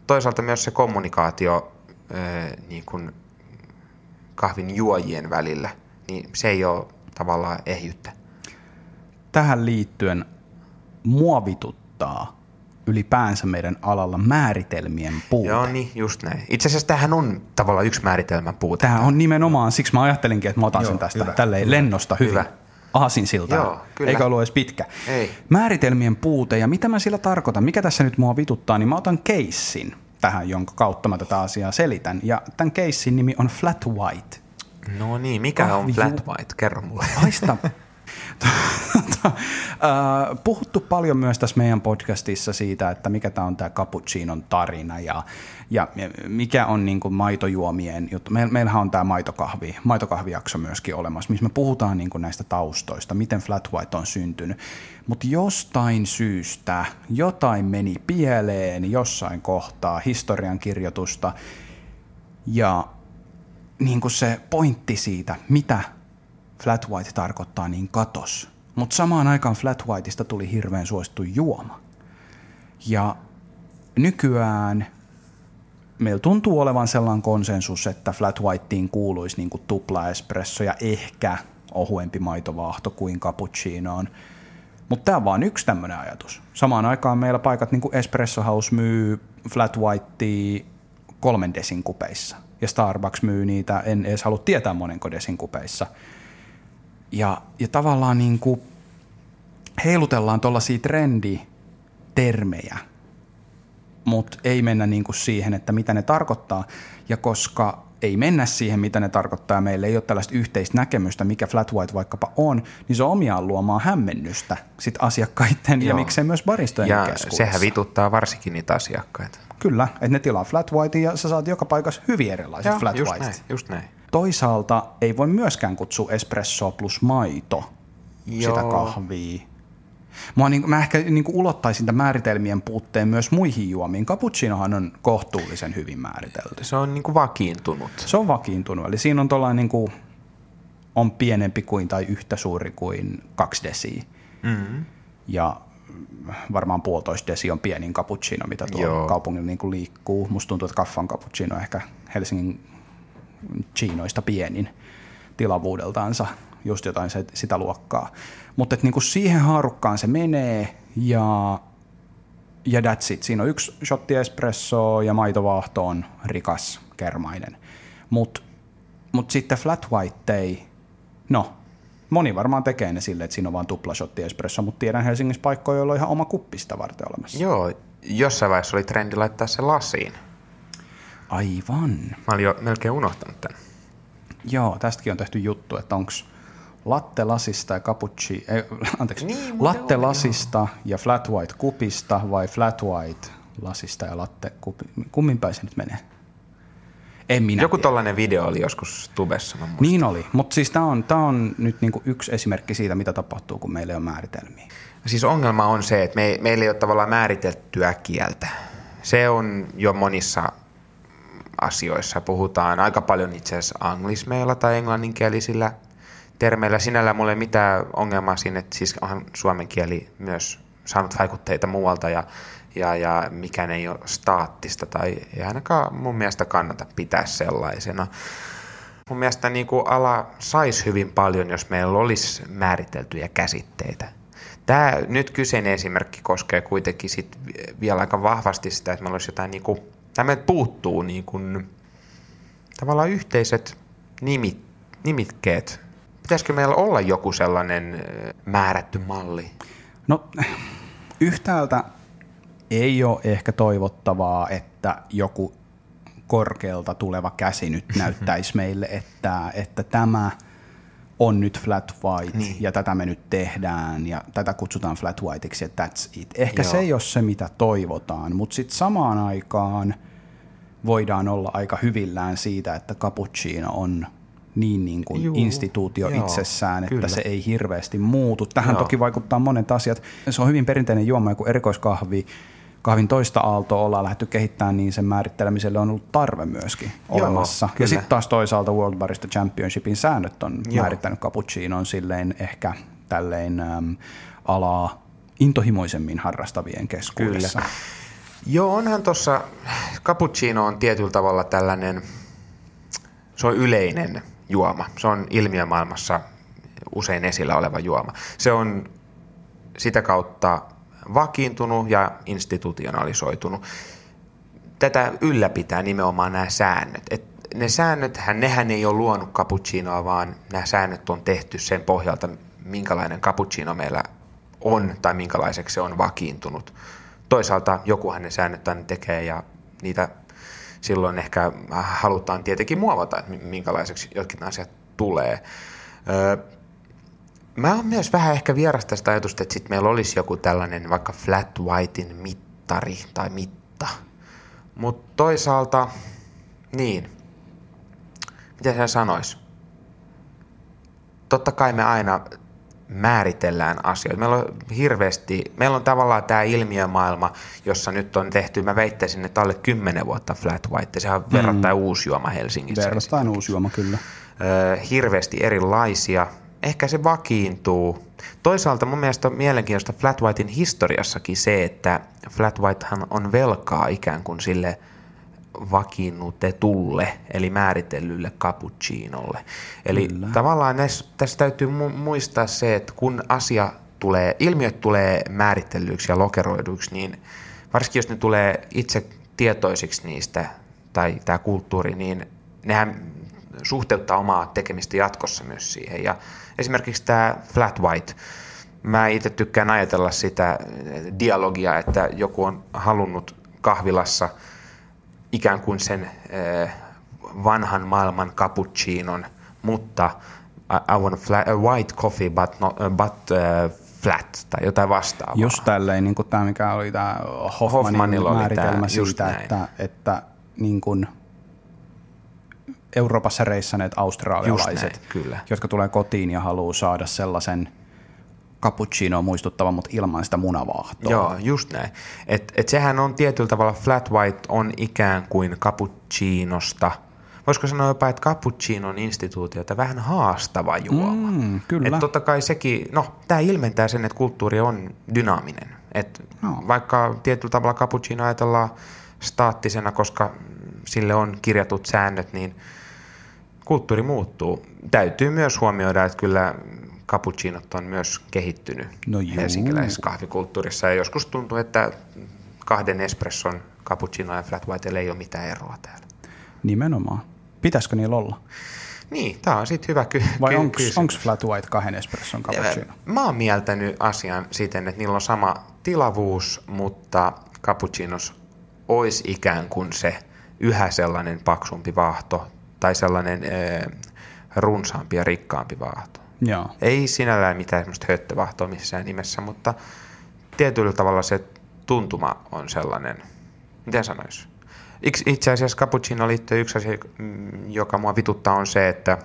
toisaalta myös se kommunikaatio äh, niin kuin kahvin juojien välillä, niin se ei ole tavallaan ehjyttä. Tähän liittyen mua vituttaa ylipäänsä meidän alalla määritelmien puute. Joo, niin, just näin. Itse asiassa tämähän on tavallaan yksi määritelmän puute. Tämä on nimenomaan, siksi mä ajattelinkin, että mä otan Joo, sen tästä hyvä, tälleen hyvä. lennosta hyvin. Hyvä. Aasinsilta. Joo, kyllä. Eikä ollut edes pitkä. Ei. Määritelmien puute, ja mitä mä sillä tarkoitan, mikä tässä nyt mua vituttaa, niin mä otan keissin tähän, jonka kautta mä tätä asiaa selitän. Ja tämän keissin nimi on Flat White. No niin, mikä Kahvi on Flat White? Kerro mulle. Haista. Puhuttu paljon myös tässä meidän podcastissa siitä, että mikä tämä on tämä cappuccinon tarina ja, ja mikä on niin kuin maitojuomien juttu. Me, meillähän on tämä maitokahvi, maitokahvijakso myöskin olemassa, missä me puhutaan niin kuin näistä taustoista, miten Flat White on syntynyt. Mutta jostain syystä jotain meni pieleen jossain kohtaa historiankirjoitusta ja niin kuin se pointti siitä, mitä Flat White tarkoittaa, niin katos. Mutta samaan aikaan Flat Whiteista tuli hirveän suosittu juoma. Ja nykyään meillä tuntuu olevan sellainen konsensus, että Flat Whiteen kuuluisi niin kuin tupla espresso ja ehkä ohuempi maitovaahto kuin cappuccinoon. Mutta tämä on vaan yksi tämmöinen ajatus. Samaan aikaan meillä paikat niin kuin Espresso House myy Flat Whitea kolmen desin kupeissa. Ja Starbucks myy niitä, en edes halua tietää monenko desin kupeissa. Ja, ja tavallaan niin kuin heilutellaan tuollaisia trenditermejä, mutta ei mennä niin kuin siihen, että mitä ne tarkoittaa. Ja koska ei mennä siihen, mitä ne tarkoittaa, ja meillä ei ole tällaista yhteistä näkemystä, mikä Flat White vaikkapa on, niin se on omiaan luomaan hämmennystä sit asiakkaiden Joo. ja miksei myös baristojen ja keskuudessa. Sehän vituttaa varsinkin niitä asiakkaita. Kyllä, että ne tilaa Flat White ja sä saat joka paikassa hyvin erilaiset Joo, Flat just White. Näin, just näin. Toisaalta ei voi myöskään kutsua espresso plus maito Joo. sitä kahvia. Mä, niin, mä ehkä niin ulottaisin tämän määritelmien puutteen myös muihin juomiin. Cappuccinohan on kohtuullisen hyvin määritelty. Se on niin kuin vakiintunut. Se on vakiintunut. Eli siinä on tollainen niin kuin, on pienempi kuin tai yhtä suuri kuin kaksi desiä. Mm-hmm. Ja varmaan puolitoista desi on pienin cappuccino, mitä tuolla Joo. kaupungilla niin kuin liikkuu. Musta tuntuu, että Kaffan cappuccino on ehkä Helsingin Chinoista pienin tilavuudeltaansa, just jotain se, sitä luokkaa. Mutta niinku siihen haarukkaan se menee ja, ja that's it. Siinä on yksi shotti espressoa ja maitovaahto on rikas, kermainen. Mutta mut sitten Flat White ei, no moni varmaan tekee ne silleen, että siinä on vain tupla shotti espresso, mutta tiedän Helsingissä paikkoja, joilla on ihan oma kuppi sitä varten olemassa. Joo, jossain vaiheessa oli trendi laittaa se lasiin. Aivan. Mä olin jo melkein unohtanut tämän. Joo, tästäkin on tehty juttu, että onko latte lasista ja cappuccino, ei, anteeksi, niin, latte on, lasista joo. ja Flat White kupista vai Flat White lasista ja latte kupi, kummin päin se nyt menee? En minä Joku tiedä. Tollainen video oli joskus tubessa. Niin oli, mutta siis tämä on, tää on nyt niinku yksi esimerkki siitä, mitä tapahtuu, kun meillä ei ole määritelmiä. Siis ongelma on se, että me, meillä ei ole tavallaan määriteltyä kieltä. Se on jo monissa asioissa. Puhutaan aika paljon itse asiassa anglismeilla tai englanninkielisillä termeillä. Sinällään mulla ei mitään ongelmaa siinä, että siis onhan suomen kieli myös saanut vaikutteita muualta ja, ja, ja mikään ei ole staattista tai ei ainakaan mun mielestä kannata pitää sellaisena. Mun mielestä niin kuin ala saisi hyvin paljon, jos meillä olisi määriteltyjä käsitteitä. Tämä nyt kyseinen esimerkki koskee kuitenkin sit vielä aika vahvasti sitä, että meillä olisi jotain, niin kuin, tai meiltä puuttuu niin kuin, tavallaan yhteiset nimit, nimitkeet. Pitäisikö meillä olla joku sellainen määrätty malli? No yhtäältä ei ole ehkä toivottavaa, että joku korkealta tuleva käsi nyt näyttäisi meille, että, että tämä on nyt Flat White niin. ja tätä me nyt tehdään ja tätä kutsutaan Flat Whiteiksi ja that's it. Ehkä Joo. se ei ole se, mitä toivotaan, mutta sitten samaan aikaan voidaan olla aika hyvillään siitä, että cappuccino on niin, niin kuin Juu, instituutio joo, itsessään, että kyllä. se ei hirveästi muutu. Tähän joo. toki vaikuttaa monet asiat. Se on hyvin perinteinen juoma, joku erikoiskahvi. Kahvin toista aaltoa ollaan lähdetty kehittämään, niin sen määrittelemiselle on ollut tarve myöskin joo, olemassa. Kyllä. Ja sitten taas toisaalta World Barista Championshipin säännöt on joo. määrittänyt cappuccinoon silleen ehkä tälleen äm, alaa intohimoisemmin harrastavien keskuudessa. Kyllä. Joo, onhan tuossa, cappuccino on tietyllä tavalla tällainen, se on yleinen juoma. Se on ilmiömaailmassa usein esillä oleva juoma. Se on sitä kautta vakiintunut ja institutionalisoitunut. Tätä ylläpitää nimenomaan nämä säännöt. Et ne säännöthän, nehän ei ole luonut cappuccinoa, vaan nämä säännöt on tehty sen pohjalta, minkälainen cappuccino meillä on tai minkälaiseksi se on vakiintunut. Toisaalta jokuhan ne säännöt aina tekee ja niitä silloin ehkä halutaan tietenkin muovata, että minkälaiseksi jotkin asiat tulee. Öö, mä oon myös vähän ehkä vierasta sitä ajatusta, että sit meillä olisi joku tällainen vaikka flat whitein mittari tai mitta. Mutta toisaalta, niin, mitä sä sanois? Totta kai me aina määritellään asioita. Meillä on hirveästi, meillä on tavallaan tämä ilmiömaailma, jossa nyt on tehty, mä väittäisin, että alle kymmenen vuotta flat white, sehän on mm. verrattain uusi juoma Helsingissä. Verrattain uusi juoma, kyllä. Öö, hirveästi erilaisia. Ehkä se vakiintuu. Toisaalta mun mielestä on mielenkiintoista flat whitein historiassakin se, että flat whitehan on velkaa ikään kuin sille vakiinnutetulle, eli määritellylle cappuccinolle. Eli Kyllä. tavallaan näissä, tässä täytyy muistaa se, että kun asia tulee, ilmiöt tulee määritellyiksi ja lokeroiduiksi, niin varsinkin jos ne tulee itse tietoisiksi niistä, tai tämä kulttuuri, niin nehän suhteuttaa omaa tekemistä jatkossa myös siihen. Ja esimerkiksi tämä flat white, mä itse tykkään ajatella sitä dialogia, että joku on halunnut kahvilassa ikään kuin sen vanhan maailman cappuccinon, mutta I want a, flat, a white coffee but, not, but uh, flat tai jotain vastaavaa. Just tälleen, niin kuin tämä mikä oli tämä Hoffmanin määritelmä siitä, että, että niin kuin Euroopassa reissaneet australialaiset, näin, jotka tulee kotiin ja haluaa saada sellaisen cappuccinoa muistuttava, mutta ilman sitä munavaahtoa. Joo, just näin. Et, et sehän on tietyllä tavalla, flat white on ikään kuin cappuccinosta. Voisiko sanoa jopa, että cappuccino on instituutiota vähän haastava juoma. Mm, kyllä. Et totta kai sekin, no tämä ilmentää sen, että kulttuuri on dynaaminen. Et no. Vaikka tietyllä tavalla cappuccino ajatellaan staattisena, koska sille on kirjatut säännöt, niin kulttuuri muuttuu. Täytyy myös huomioida, että kyllä cappuccinot on myös kehittynyt no helsinkiläisessä kahvikulttuurissa. Ja joskus tuntuu, että kahden espresson cappuccino ja flat white ei ole mitään eroa täällä. Nimenomaan. Pitäisikö niillä olla? Niin, tämä on sitten hyvä ky- Vai ky- onko flat white kahden espresson cappuccino? Mä oon mieltänyt asian siten, että niillä on sama tilavuus, mutta cappuccinos olisi ikään kuin se yhä sellainen paksumpi vaahto tai sellainen äh, runsaampi ja rikkaampi vaahto. Joo. Ei sinällään mitään semmoista höttövahtoa missään nimessä, mutta tietyllä tavalla se tuntuma on sellainen, miten sanoisi? Itse asiassa cappuccino liittyy yksi asia, joka mua vituttaa, on se, että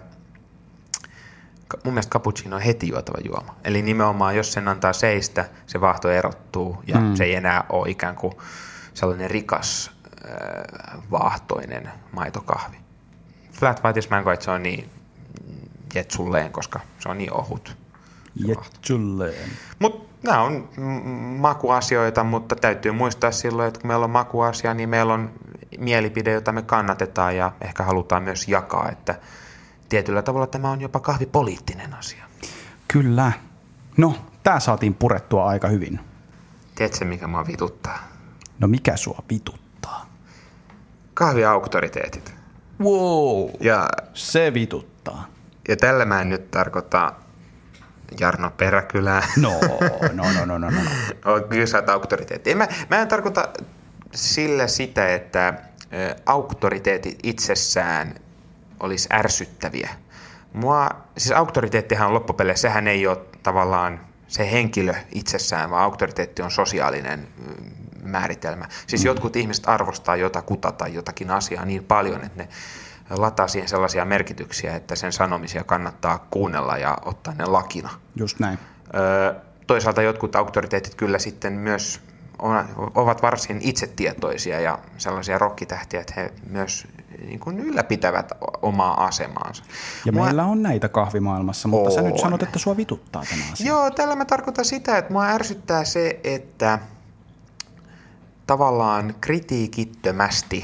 mun mielestä cappuccino on heti juotava juoma. Eli nimenomaan, jos sen antaa seistä, se vaahto erottuu ja mm. se ei enää ole ikään kuin sellainen rikas äh, vaahtoinen maitokahvi. Flat white, jos mä en koe, että se on niin jetsulleen, koska se on niin ohut. Jetsulleen. Mutta nämä on makuasioita, mutta täytyy muistaa silloin, että kun meillä on makuasia, niin meillä on mielipide, jota me kannatetaan ja ehkä halutaan myös jakaa, että tietyllä tavalla tämä on jopa kahvipoliittinen asia. Kyllä. No, tää saatiin purettua aika hyvin. Tiedätkö, mikä mua vituttaa? No mikä sua vituttaa? Kahviauktoriteetit. Wow, ja, se vituttaa. Ja tällä mä en nyt tarkoita Jarno Peräkylää. No, no, no, no, no, no. Kyllä sä oot auktoriteetti. Mä, mä en tarkoita sillä sitä, että ä, auktoriteetit itsessään olisi ärsyttäviä. Mua, siis auktoriteettihan on loppupeleissä, sehän ei ole tavallaan se henkilö itsessään, vaan auktoriteetti on sosiaalinen määritelmä. Siis mm. jotkut ihmiset arvostaa jotakuta tai jotakin asiaa niin paljon, että ne lataa siihen sellaisia merkityksiä, että sen sanomisia kannattaa kuunnella ja ottaa ne lakina. Just näin. Öö, toisaalta jotkut auktoriteetit kyllä sitten myös ovat varsin itsetietoisia ja sellaisia rokkitähtiä, että he myös niin kuin ylläpitävät omaa asemaansa. Ja mua... meillä on näitä kahvimaailmassa, mutta on. Sä nyt sanot, että sua vituttaa tämä asia. Joo, tällä mä tarkoitan sitä, että mua ärsyttää se, että tavallaan kritiikittömästi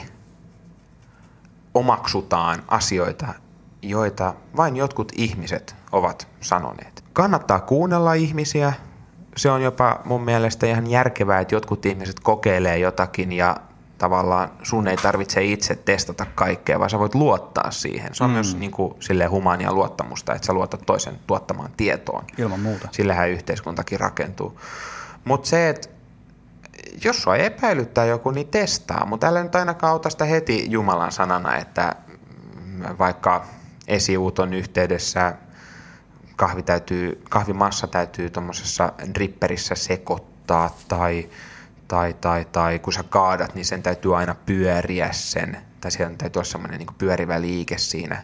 omaksutaan asioita, joita vain jotkut ihmiset ovat sanoneet. Kannattaa kuunnella ihmisiä. Se on jopa mun mielestä ihan järkevää, että jotkut ihmiset kokeilee jotakin ja tavallaan sun ei tarvitse itse testata kaikkea, vaan sä voit luottaa siihen. Se on mm. myös niin kuin silleen humaania luottamusta, että sä luotat toisen tuottamaan tietoon. Ilman muuta. Sillähän yhteiskuntakin rakentuu. Mutta se, että jos sua epäilyttää joku, niin testaa. Mutta älä nyt ainakaan ota sitä heti Jumalan sanana, että vaikka esiuuton yhteydessä kahvi täytyy, kahvimassa täytyy tuommoisessa dripperissä sekoittaa tai, tai, tai, tai kun sä kaadat, niin sen täytyy aina pyöriä sen. Tai siellä täytyy olla semmoinen niin kuin pyörivä liike siinä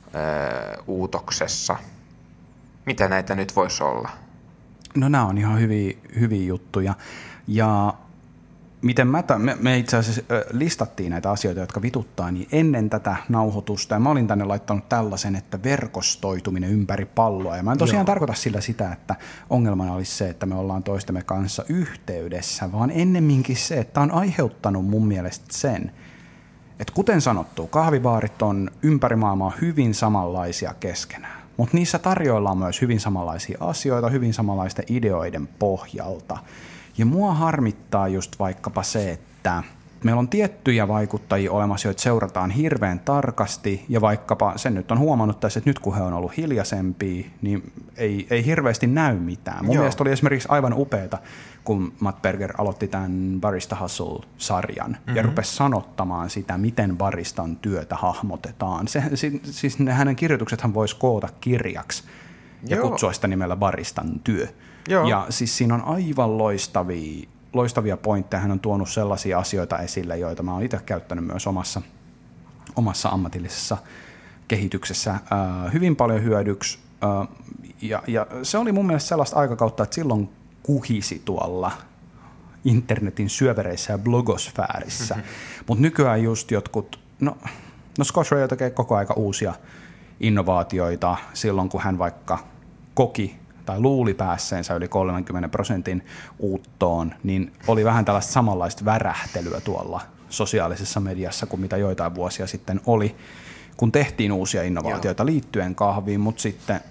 öö, uutoksessa. Mitä näitä nyt voisi olla? No nämä on ihan hyviä, hyviä juttuja. Ja miten mä, me, me itse asiassa listattiin näitä asioita, jotka vituttaa, niin ennen tätä nauhoitusta, ja mä olin tänne laittanut tällaisen, että verkostoituminen ympäri palloa, ja mä en tosiaan Joo. tarkoita sillä sitä, että ongelmana olisi se, että me ollaan toistemme kanssa yhteydessä, vaan ennemminkin se, että on aiheuttanut mun mielestä sen, että kuten sanottu, kahvibaarit on ympäri maailmaa hyvin samanlaisia keskenään, mutta niissä tarjoillaan myös hyvin samanlaisia asioita, hyvin samanlaisten ideoiden pohjalta. Ja mua harmittaa just vaikkapa se, että meillä on tiettyjä vaikuttajia olemassa, joita seurataan hirveän tarkasti, ja vaikkapa sen nyt on huomannut tässä, että nyt kun he on ollut hiljaisempia, niin ei, ei hirveästi näy mitään. Mun Joo. mielestä oli esimerkiksi aivan upeata, kun Matt Berger aloitti tämän Barista Hustle-sarjan, mm-hmm. ja rupesi sanottamaan sitä, miten baristan työtä hahmotetaan. Se, siis ne hänen kirjoituksethan voisi koota kirjaksi ja Joo. kutsua sitä nimellä Baristan työ. Joo. Ja siis siinä on aivan loistavia, loistavia pointteja. Hän on tuonut sellaisia asioita esille, joita mä oon itse käyttänyt myös omassa, omassa ammatillisessa kehityksessä äh, hyvin paljon hyödyksi. Äh, ja, ja se oli mun mielestä sellaista aikakautta, että silloin kuhisi tuolla internetin syövereissä ja blogosfäärissä. Mm-hmm. Mutta nykyään just jotkut, no, no Scott Rayo tekee koko aika uusia innovaatioita silloin, kun hän vaikka koki tai luuli päässeensä yli kolmekymmentä prosentin uuttoon, niin oli vähän tällaista samanlaista värähtelyä tuolla sosiaalisessa mediassa kuin mitä joitain vuosia sitten oli, kun tehtiin uusia innovaatioita Joo. liittyen kahviin, mutta sitten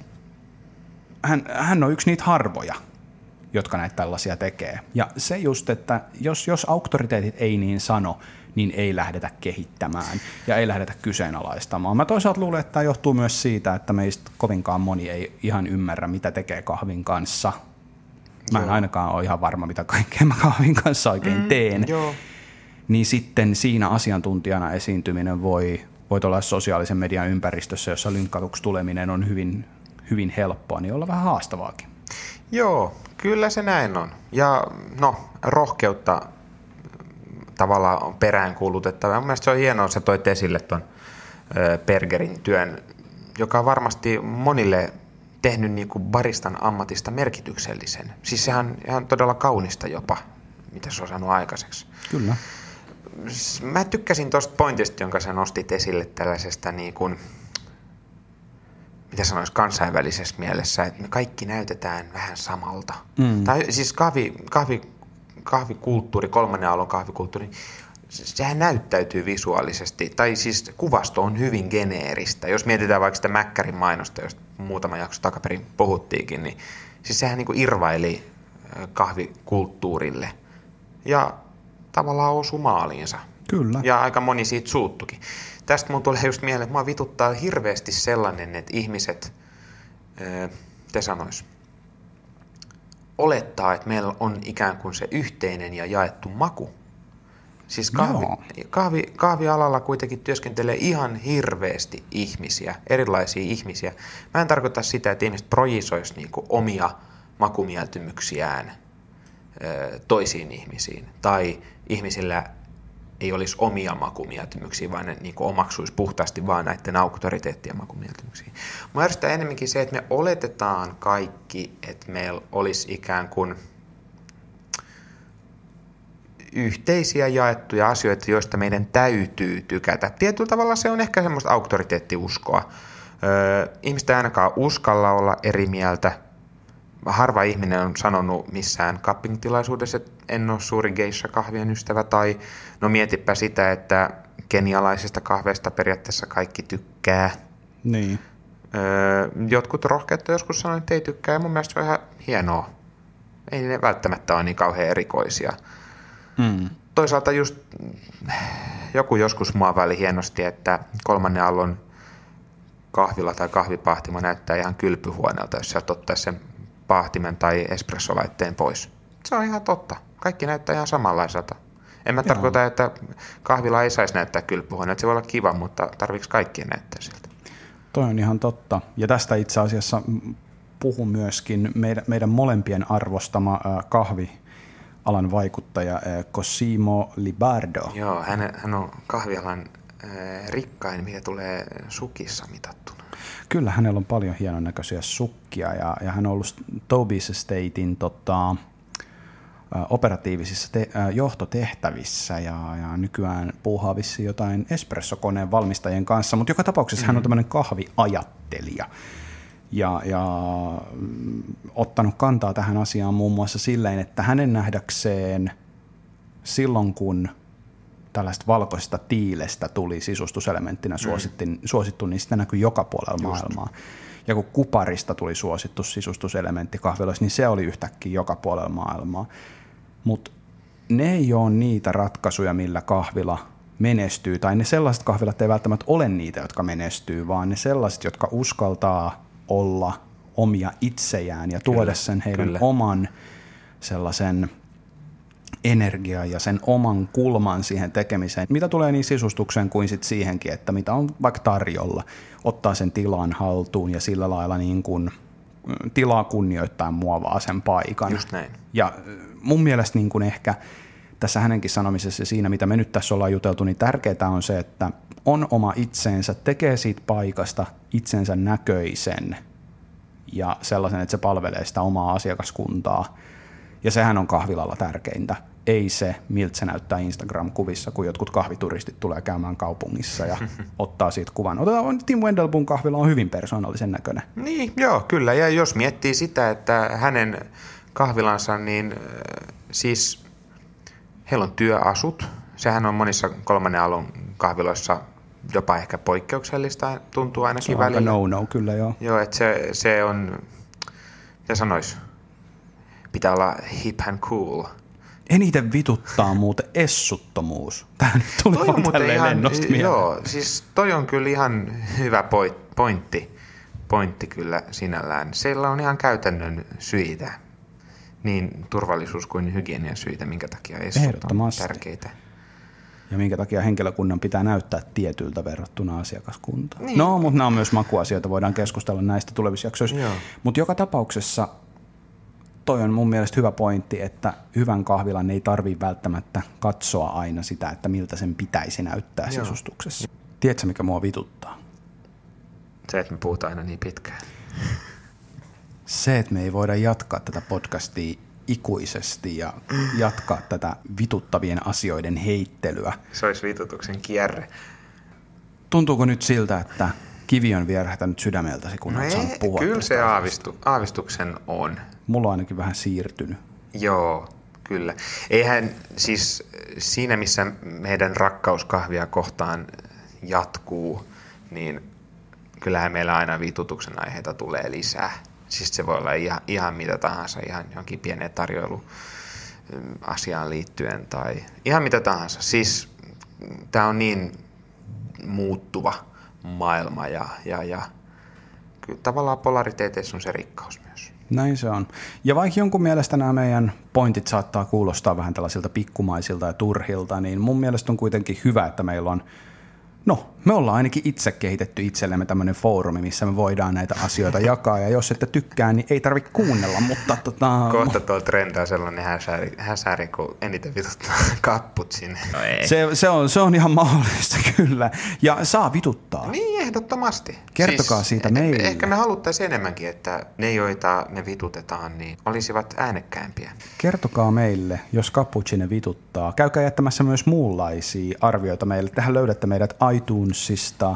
hän, hän on yksi niitä harvoja, jotka näitä tällaisia tekee. Ja se just, että jos, jos auktoriteetit ei niin sano, niin ei lähdetä kehittämään ja ei lähdetä kyseenalaistamaan. Mä toisaalta luulen, että tämä johtuu myös siitä, että meistä kovinkaan moni ei ihan ymmärrä, mitä tekee kahvin kanssa. Mä en joo. ainakaan ole ihan varma, mitä kaikkea mä kahvin kanssa oikein teen. Mm, joo. Niin sitten siinä asiantuntijana esiintyminen voi, voi olla sosiaalisen median ympäristössä, jossa lynkkatuksi tuleminen on hyvin, hyvin helppoa, niin olla vähän haastavaakin. Joo, kyllä se näin on. Ja no, rohkeutta tavallaan on peräänkuulutettava. Mun mielestä se on hienoa, että sä toit esille tuon Bergerin työn, joka on varmasti monille tehnyt niin kuin baristan ammatista merkityksellisen. Siis sehän on ihan todella kaunista jopa, mitä se on saanut aikaiseksi. Kyllä. Mä tykkäsin tuosta pointista, jonka sä nostit esille tällaisesta niin kuin, mitä sanoisi kansainvälisessä mielessä, että me kaikki näytetään vähän samalta. Mm. Tai siis kahvi, kahvi, kahvikulttuuri, kolmannen aallon kahvikulttuuri, sehän näyttäytyy visuaalisesti, tai siis kuvasto on hyvin geneeristä. Jos mietitään vaikka sitä Mäkkärin mainosta, josta muutama jakso takaperin puhuttiinkin, niin siis sehän niin kuin irvaili kahvikulttuurille ja tavallaan osui maaliinsa. Kyllä. Ja aika moni siitä suuttukin. Tästä mun tulee just mieleen, että mua vituttaa hirveästi sellainen, että ihmiset, te sanois, olettaa, että meillä on ikään kuin se yhteinen ja jaettu maku. Siis kahvi, kahvi, kahvialalla kuitenkin työskentelee ihan hirveästi ihmisiä, erilaisia ihmisiä. Mä en tarkoita sitä, että ihmiset projisoisi niinku omia makumieltymyksiään ö, toisiin ihmisiin. Tai ihmisillä ei olisi omia makumieltymyksiä, vaan ne niinku omaksuisi puhtaasti vaan näiden auktoriteettien makumieltymyksiä. Mä järjestää enemmänkin se, että me oletetaan kaikki, että meillä olisi ikään kuin yhteisiä jaettuja asioita, joista meidän täytyy tykätä. Tietyllä tavalla se on ehkä semmoista auktoriteettiuskoa. Öö, ihmistä ei ainakaan uskalla olla eri mieltä. Harva ihminen on sanonut missään cupping-tilaisuudessa, että en ole suuri geisha-kahvien ystävä, tai no mietipä sitä, että kenialaisista kahveista periaatteessa kaikki tykkää. Niin. Öö, jotkut rohkeat joskus sanoivat, että ei tykkää, ja mun mielestä se on ihan hienoa. Ei ne välttämättä ole niin kauhean erikoisia. Mm. Toisaalta just joku joskus muovaili hienosti, että kolmannen aallon kahvila tai kahvipahtimo näyttää ihan kylpyhuoneelta, jos sieltä ottaisi sen pahtimen tai espressolaitteen pois. Se on ihan totta. Kaikki näyttää ihan samanlaiselta. En mä Joo. tarkoita, että kahvila ei saisi näyttää kylpyhuoneelta. Se voi olla kiva, mutta tarviiko kaikkien näyttää siltä? Toi on ihan totta. Ja tästä itse asiassa puhun myöskin meidän, meidän molempien arvostama äh, kahvialan vaikuttaja äh, Cosimo Libardo. Joo, hän, hän on kahvialan äh, rikkain, mikä tulee sukissa mitattuna. Kyllä, hänellä on paljon hienon näköisiä sukkia ja, ja hän on ollut Toby's Estatein tota, operatiivisissa te- johtotehtävissä ja, ja nykyään puuhaa vissiin jotain espressokoneen valmistajien kanssa, mutta joka tapauksessa mm-hmm. hän on tämmöinen kahviajattelija ja, ja mm, ottanut kantaa tähän asiaan muun muassa silleen, että hänen nähdäkseen silloin kun tällaista valkoisesta tiilestä tuli sisustuselementtinä mm. suosittu, niin sitä näkyi joka puolella Just. maailmaa. Ja kun kuparista tuli suosittu sisustuselementti kahviloissa, niin se oli yhtäkkiä joka puolella maailmaa. Mutta ne ei ole niitä ratkaisuja, millä kahvila menestyy, tai ne sellaiset kahvilat ei välttämättä ole niitä, jotka menestyy, vaan ne sellaiset, jotka uskaltaa olla omia itsejään ja tuoda kyllä, sen heidän kyllä. oman sellaisen energiaa ja sen oman kulman siihen tekemiseen. Mitä tulee niin sisustukseen kuin sit siihenkin, että mitä on vaikka tarjolla, ottaa sen tilan haltuun ja sillä lailla niin kuin tilaa kunnioittaa muovaa sen paikan. Just näin. Ja mun mielestä niin kuin ehkä tässä hänenkin sanomisessa ja siinä, mitä me nyt tässä ollaan juteltu, niin tärkeää on se, että on oma itseensä, tekee siitä paikasta itsensä näköisen ja sellaisen, että se palvelee sitä omaa asiakaskuntaa. Ja sehän on kahvilalla tärkeintä. Ei se, miltä se näyttää Instagram-kuvissa, kun jotkut kahvituristit tulee käymään kaupungissa ja ottaa siitä kuvan. Otetaan, Tim Wendelbun kahvila on hyvin persoonallisen näköinen. Niin, joo, kyllä. Ja jos miettii sitä, että hänen kahvilansa, niin äh, siis heillä on työasut. Sehän on monissa kolmannen aallon kahviloissa jopa ehkä poikkeuksellista, tuntuu ainakin se on välillä. Se on no-no, kyllä joo. Joo, että se, se on, mitä sanois? Pitää olla hip and cool. Eniten vituttaa muuten essuttomuus. Tämä nyt tuli toi vaan tälleen ihan, lennosta mieleen. Joo, siis toi on kyllä ihan hyvä pointti, pointti kyllä sinällään. Siellä on ihan käytännön syitä, niin turvallisuus kuin hygienian syitä, minkä takia essut on tärkeitä. Ja minkä takia henkilökunnan pitää näyttää tietyltä verrattuna asiakaskuntaan. Niin. No, mutta nämä on myös makuasioita, voidaan keskustella näistä tulevissa jaksoissa. Mutta joka tapauksessa toi on mun mielestä hyvä pointti, että hyvän kahvilan ei tarvitse välttämättä katsoa aina sitä, että miltä sen pitäisi näyttää Joo. sisustuksessa. Tiedätkö, mikä mua vituttaa? Se, että me puhutaan aina niin pitkään. Se, että me ei voida jatkaa tätä podcastia ikuisesti ja jatkaa tätä vituttavien asioiden heittelyä. Se olisi vitutuksen kierre. Tuntuuko nyt siltä, että kivi on vierähtänyt sydämeltäsi, kun no olet saanut puhua? Kyllä se aavistu, aavistuksen on. Mulla on ainakin vähän siirtynyt. Joo, kyllä. Eihän siis siinä, missä meidän rakkaus kahvia kohtaan jatkuu, niin kyllähän meillä aina vitutuksen aiheita tulee lisää. Siis se voi olla ihan, ihan mitä tahansa, ihan johonkin pieneen tarjoiluasiaan liittyen tai ihan mitä tahansa. Siis tämä on niin muuttuva maailma ja, ja, ja kyllä tavallaan polariteeteissa on se rikkaus myös. Näin se on. Ja vaikka jonkun mielestä nämä meidän pointit saattaa kuulostaa vähän tällaisilta pikkumaisilta ja turhilta, niin mun mielestä on kuitenkin hyvä, että meillä on, no me ollaan ainakin itse kehitetty itsellemme tämmöinen foorumi, missä me voidaan näitä asioita jakaa, ja jos ette tykkää, niin ei tarvitse kuunnella, mutta tota... Kohta tuolla trendää sellainen häsäri, häsäri kun eniten vituttaa kapput sinne. No se, se, on, se on ihan mahdollista kyllä, ja saa vituttaa. Niin, ehdottomasti. Kertokaa siis, siitä meille. Ehkä me haluttaisiin enemmänkin, että ne, joita me vitutetaan, niin olisivat äänekkäämpiä. Kertokaa meille, jos cappuccino vituttaa. Käykää jättämässä myös muunlaisia arvioita meille. Tähän löydätte meidät iTunesista,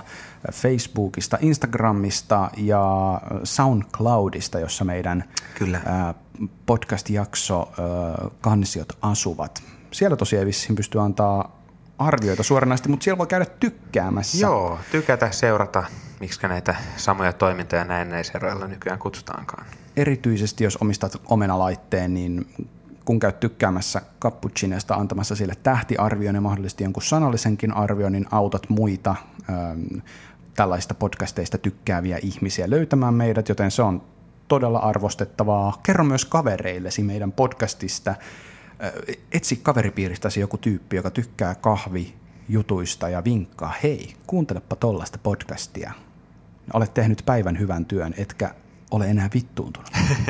Facebookista, Instagramista ja SoundCloudista, jossa meidän Kyllä. podcast-jakso kansiot asuvat. Siellä tosiaan vissiin pystyy antaa arvioita suoranaisesti, mutta siellä voi käydä tykkäämässä. Joo, tykätä, seurata, miksi näitä samoja toimintoja näennäiseroilla nykyään kutsutaankaan. Erityisesti jos omistat omenalaitteen, niin kun käyt tykkäämässä Cappuccinosta antamassa sille tähtiarvion ja mahdollisesti jonkun sanallisenkin arvion, niin autat muita ähm, tällaista podcasteista tykkääviä ihmisiä löytämään meidät, joten se on todella arvostettavaa. Kerro myös kavereillesi meidän podcastista. Äh, etsi kaveripiiristäsi joku tyyppi, joka tykkää kahvijutuista ja vinkkaa, hei, kuuntelepa tollaista podcastia. Olet tehnyt päivän hyvän työn, etkä ole enää vittuuntunut.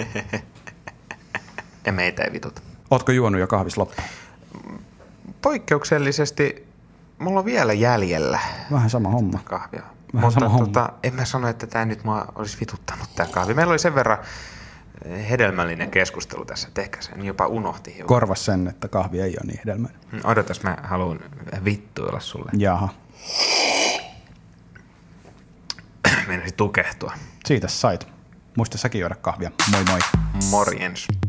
Ja meitä ei vituta. Ootko juonut jo kahvis loppuun? Poikkeuksellisesti mulla on vielä jäljellä. Vähän sama homma. Kahvia. Vähän Mutta sama tota, homma. en mä sano, että tämä nyt mua olisi vituttanut tämä kahvi. Meillä oli sen verran hedelmällinen keskustelu tässä, että ehkä sen jopa unohti hiukan. Korvas sen, että kahvi ei ole niin hedelmäinen. Odotas, mä haluan vittuilla sulle. Jaha. Meinasi tukehtua. Siitä sait. Muista säkin juoda kahvia. Moi moi. Morjens.